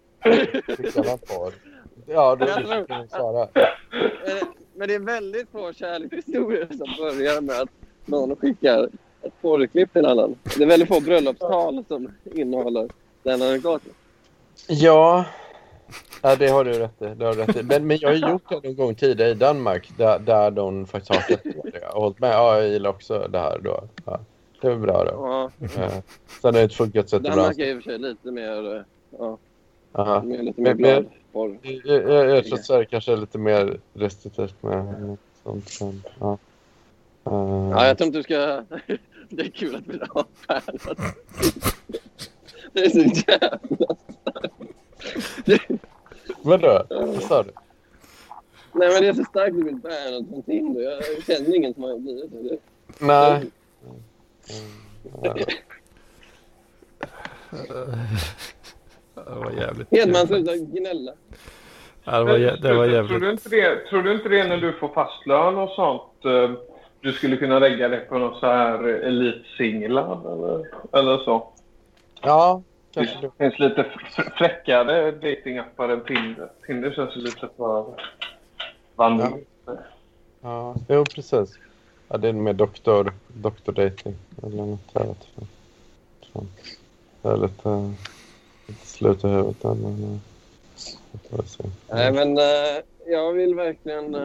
Ja, då kan du svara. Men det är väldigt få kärlekshistorier som börjar med att någon skickar ett porrklipp till en annan. Det är väldigt få bröllopstal som innehåller den anekdoten. Ja, det har du rätt i. Men jag har gjort det en gång tidigare i Danmark där de faktiskt har sett på det. Och hållit med, jag gillar också det här då. Ja, det är bra då. Ja. Sen har det inte funkat så bra. Danmark är i och för sig lite mer... Aha. Lite mer glad porr. Jag tror att Sverige kanske är lite mer restriktivt med sånt. Ja. Ja, jag tror inte du ska... Det är kul att vi har Bernhard. Det är så jävla starkt. Vadå? Vad sa du? Nej, men det är så starkt att bli Bernhard från Tinder. Jag känner ingen som har blivit det. Nej. Det var jävligt. Hedman slutar gnälla. Ja, det var jävligt. Tror du inte det när du får fastlön och sånt? Du skulle kunna lägga det på någon så här elitsinglar eller så? Ja, kanske det finns lite fräckare datingappar än Tinder. Tinder känns ju lite för vanligt. Ja, jo precis. Ja, det är med doktordating eller något sånt. Det är lite slut i huvudet. Nej, men jag vill verkligen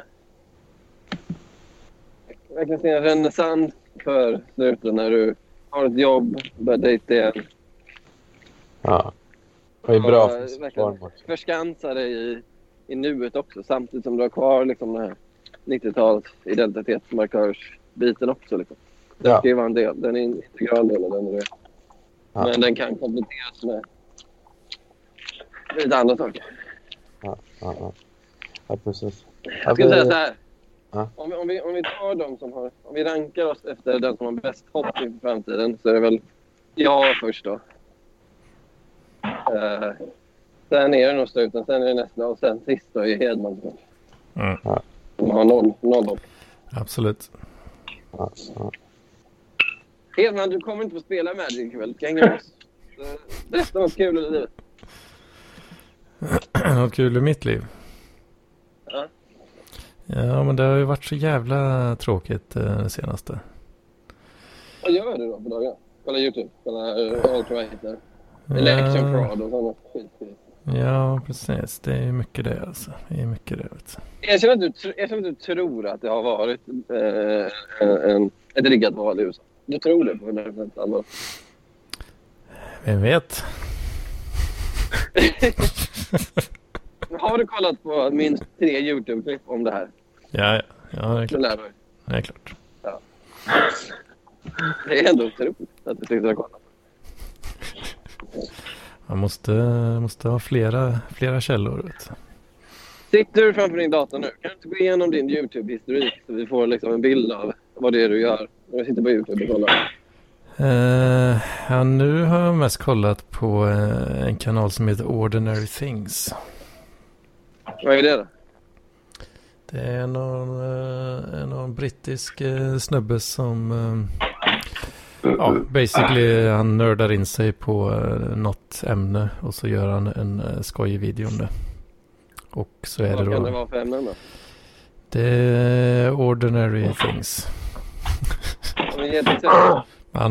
se en renässans för slutet när du har ett jobb, börjar dejta igen. Ja, det är bra för förskansa dig i nuet också, samtidigt som du har kvar liksom den här 90-tals identitetsmarkörsbiten också. Liksom. Den ska ju vara en del, den är en integral del av den. Ja. Men den kan kompletteras med lite andra saker. Ja, precis. Jag skulle säga så här. Ja. Om vi tar dem som har... Om vi rankar oss efter den som har bäst hopp inför framtiden så är det väl jag först då. Sen är det nog sluten, sen är det nästa och sen sist då är Hedman. De har noll hopp. Absolut. Ja. Hedman, du kommer inte få spela Magic ikväll. Ska hänga med oss. Berätta något kul i livet. Något kul i mitt liv? Ja. Ja, men det har ju varit så jävla tråkigt det senaste. Vad gör du då på dagen? Kolla YouTube, kolla Ultravitor. Election fraud och sådana skit. Ja, precis. Det är mycket det alltså. Det är mycket det, vet du. Jag känner att du tror att det har varit ett riggat val i USA. Du tror det på 100% allvar. Vem vet? Har du kollat på minst 3 YouTube-klipp om det här? Ja, det är klart. Det är klart. Ja. Det är ändå otroligt att du tyckte att kolla. Man måste ha flera källor. Vet du. Sitter du framför din dator nu? Kan du inte gå igenom din YouTube-historik så vi får liksom en bild av vad det är du gör? Jag sitter på YouTube och kollar. Ja, nu har jag mest kollat på en kanal som heter Ordinary Things. Vad är det då? Det är någon brittisk snubbe som basically han nördar in sig på något ämne och så gör han en skojig video om det. Och så är Vad det kan då... det vara för ämnen då? Det är Ordinary Things. Han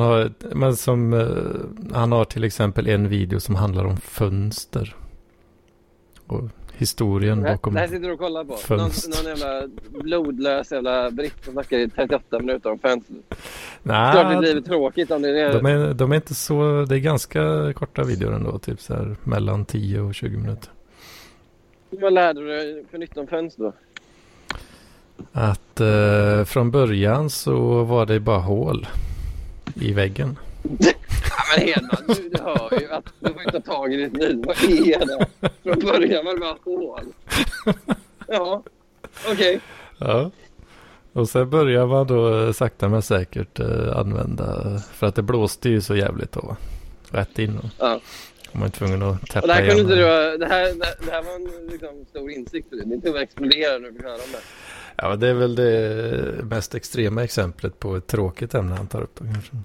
har till exempel en video som handlar om fönster. Och historien bakom Det här sitter du och kollar på. fönster. Någon jävla blodlös jävla britt som snackar i 38 minuter om fönster. Nej, Klart det blir tråkigt om det är... de är inte så... Det är ganska korta videor ändå. Typ så här mellan 10 och 20 minuter. Vad lärde du dig för 19 fönster då? Att från början så var det bara hål i väggen. Ja men Hedman, du hör ju att du får inte ta tag i ditt liv. Vad är det? Från början var det bara hål. Ja, okej. Ja. Och sen börjar man då sakta men säkert använda, för att det blåste ju så jävligt då. Rätt in och Ja. man är tvungen att täppa Och det här kunde igen. inte det här var en liksom stor insikt för dig. Det är inte att explodera när du fick höra om det. Ja, det är väl det mest extrema exemplet på ett tråkigt ämne han tar upp då kanske.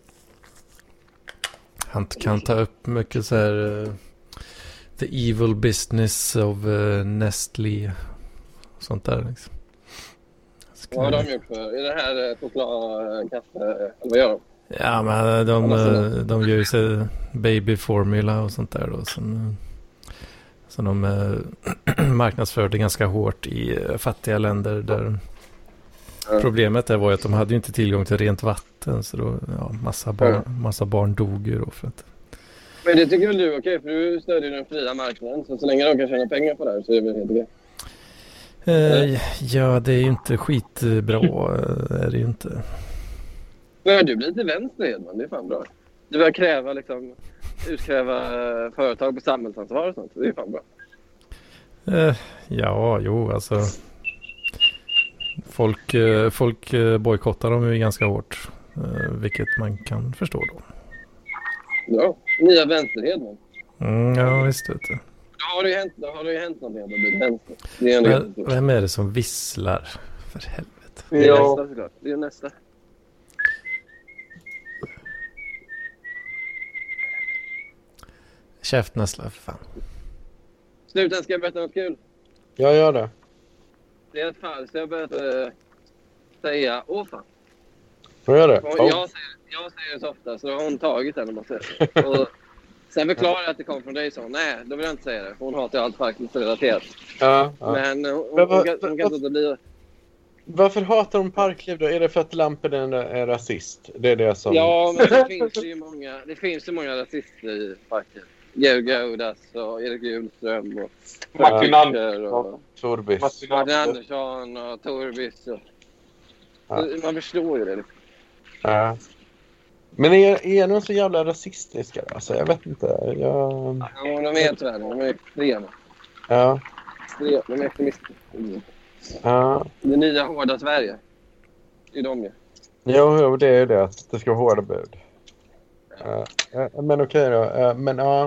Han kan ta upp mycket så här the evil business of Nestlé och sånt där liksom. Vad har de gjort för? Är det här choklad, kaffe eller vad gör de? Ja, men de gör ju sig baby formula och sånt där då som de marknadsförde ganska hårt i fattiga länder där problemet var ju att de hade ju inte tillgång till rent vatten så då massa barn dog ju då för att... Men det tycker väl du är okej för du stödjer den fria marknaden så länge de kan tjäna pengar på det här så är det väl helt okej. Ja, det är ju inte skitbra är det ju inte. Men du blir till vänster Hedman, det är fan bra. Du börjar utkräva företag på samhällsansvar och sånt, det är fan bra. Ja, jo, alltså folk bojkottar dem ju ganska hårt, vilket man kan förstå då. Ja, nya vänsterhedman. Ja, visst vet du. Då har det ju hänt någonting att det blir vänster. Det är en Vem är det som visslar? För helvete. Det är nästa såklart. Det är nästa. Käft Nässla, för fan. Sluten, ska jag berätta något kul? Jag gör det. Det är ett fall så jag börjat säga åh fan. Får jag det? Och jag säger det så ofta så då har hon tagit den och man säger. Och sen förklarar jag att det kom från dig så. Nej, då vill jag inte säga det. Hon hatar ju allt faktiskt relaterat. Ja. Men hon kan inte bli... Varför hatar de Parkliv då? Är det för att Lampen är rasist? Det är det som... Ja, men det finns ju många rasister i Parkliv. Georg Gaudas och Erik Hjulström och Martin Torbis. Martin Andersson och Torbis. Man förstår ju det. Ja. Men är de så jävla rasistiska? Alltså, jag vet inte. Ja, de är tyvärr. De är extrema. Ja. De är extremister. Ja. Det nya hårda Sverige. Det är de ju. Jo, det är ju det. Att det ska vara hårda bud. Men okej då. Men ja.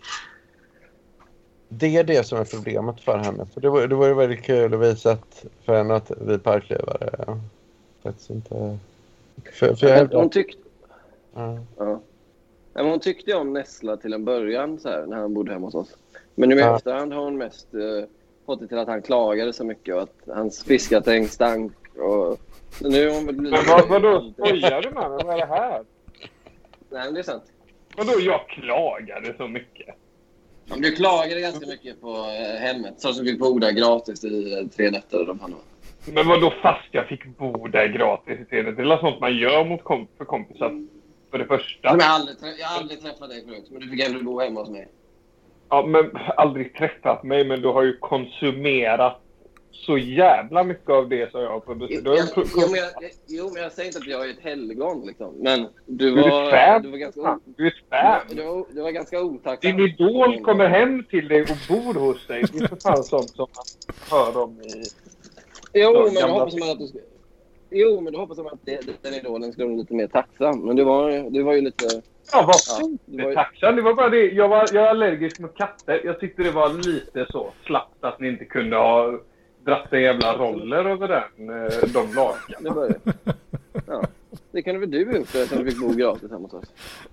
Det är det som är problemet för henne. För det var ju väldigt kul att visa för henne att vi parklevare faktiskt inte... Hon tyckte... Ja. Men hon tyckte om Nessla till en början så här, när han bodde hemma hos oss. Men nu i efterhand har hon mest fått det till att han klagade så mycket och att hans fiskatäng stank. Och nu har hon blivit... Men vadå? Skojar du med mig? Vad är det här? Nej, men det är sant. Vadå jag klagade så mycket? Men du klagade ganska mycket på hemmet. Så som fick bo där gratis i 3 nätter. De hann. Men vadå fast jag fick bo där gratis i 3 nätter? Det är sånt man gör för kompisar. För det första. Jag har aldrig träffat dig förut. Men du fick ändå bo hemma hos mig. Ja, men aldrig träffat mig. Men du har ju konsumerat så jävla mycket av det som jag har producerat. Men jag säger inte att jag är ett helgon liksom. Men du Du var ganska Du är fan. du var ganska otacksam. Din idol kommer hem till dig och bor hos dig. Det är för fan sånt som man hör om i... Jo, men då hoppas man att den idolen skulle vara lite mer tacksam. Men du var ju lite... Jag var tacksam. Det var bara det. Jag är allergisk mot katter. Jag tyckte det var lite så slappt att ni inte kunde ha dratt en jävla roller över de lagarna. Det började. Ja. Det kunde väl du gjort för att du fick bo gratis hemma hos oss.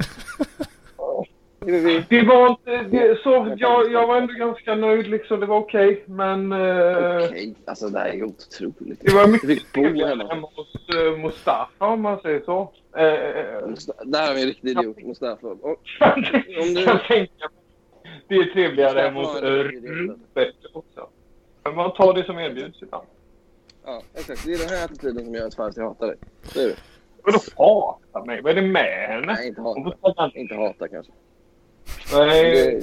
Det var inte... Så jag var ändå ganska nöjd liksom. Det var okej. Men... Okej. Alltså det här är otroligt. Det var mycket trevligare hemma hos Mustafa om man säger så. Där har vi en riktig idiot, Mustafa. Det är trevligare hemma hos Rupert också. Men man tar det som erbjuds ibland. Ja, exakt. Det är den här attityden som gör att Farsi hatar dig. Det är det. Vadå hatar mig? Vad är det med henne? Nej, inte hata kanske. Nej.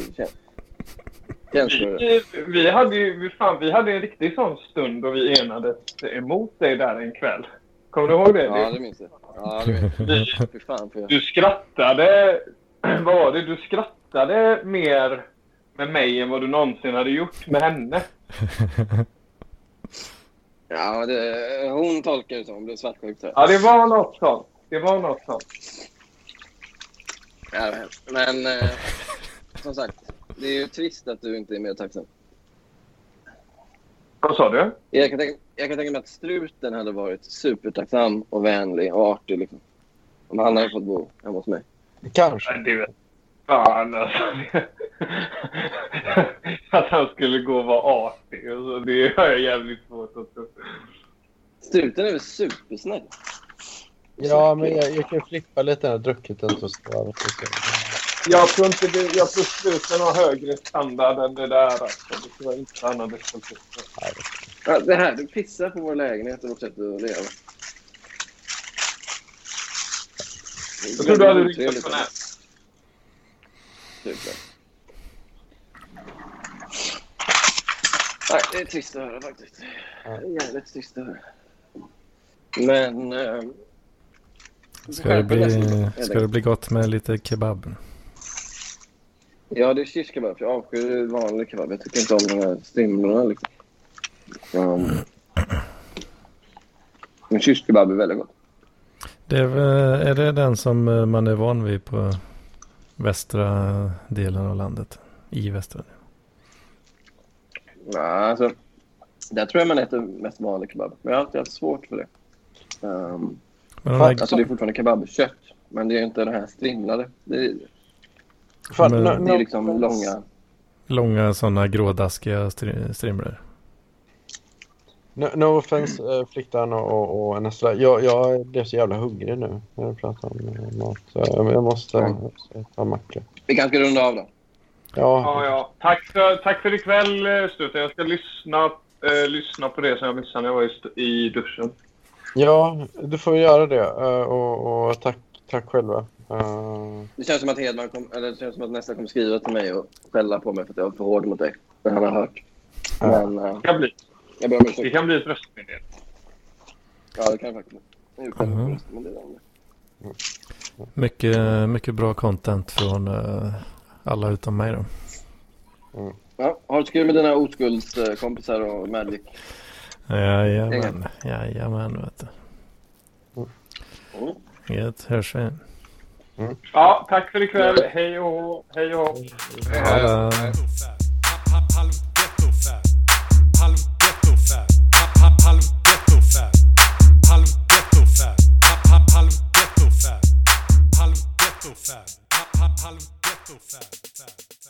Vi hade en riktig sån stund då vi enades emot dig där en kväll. Kommer du ihåg det? Ja, det minns jag. Ja, det minns jag. Fy fan, du skrattade... Vad var det? Du skrattade mer med mig än vad du någonsin hade gjort med henne. Ja, hon tolkar det som. Hon blev svartsjuk. Ja, det var något sånt. Ja, men som sagt, det är ju trist att du inte är mer tacksam. Vad sa du? Jag kan tänka mig att struten hade varit supertacksam och vänlig och artig liksom. Om han hade fått bo hemma hos mig. Kanske. Det vet fan alltså. Att han skulle gå och vara artig. Alltså, det har jag jävligt svårt att tro. Struten är väl supersnäll? Ja, men jag kan flippa lite när druckit den så ska jag tror struten har högre standard än det där. Alltså. Det tror jag inte han hade ställt upp. Ja, det här, du pissar på vår lägenhet och vårt sätt att leva. Jag tror du hade riktigt på nät. Nej, det är trist att höra faktiskt. Det är jävligt trist att höra. Men... Ska det bli gott med lite kebab? Ja, det är shish-kebab. Jag avskyr vanlig kebab. Jag tycker inte om de här strimlorna liksom. Men shish-kebab är väldigt gott. Är det den som man är van vid på västra delen av landet? I västra delen? Ja, alltså... Där tror jag man äter mest vanlig kebab. Men jag har alltid haft svårt för det. Alltså det är fortfarande kebabkött. Men det är inte det här strimlade. Det är liksom långa sådana grådaskiga strimlor. No offense, Fliktan och Nessla. Jag blev så jävla hungrig nu när jag pratar om mat. Så jag måste ta macka. Vi kan runda av då. Ja. Tack för ikväll, Struten. Jag ska lyssna på det som jag missade när jag var i duschen. Ja, du får göra det. Och tack själva. Det känns som att det känns som att nästa kommer skriva till mig och skälla på mig för att jag är för hård mot dig. Det han har hört. Men det kan bli. Det kan bli ett röstmeddelande. Ja, det kan faktiskt. Mycket bra content från alla utom mig då. Ja, har du skrivit med dina oskuldskompisar och Magic? Jajamän, vet du. Gött, hörs vi. Ja, tack för ikväll. Hej och hej. Halv ghetto fab.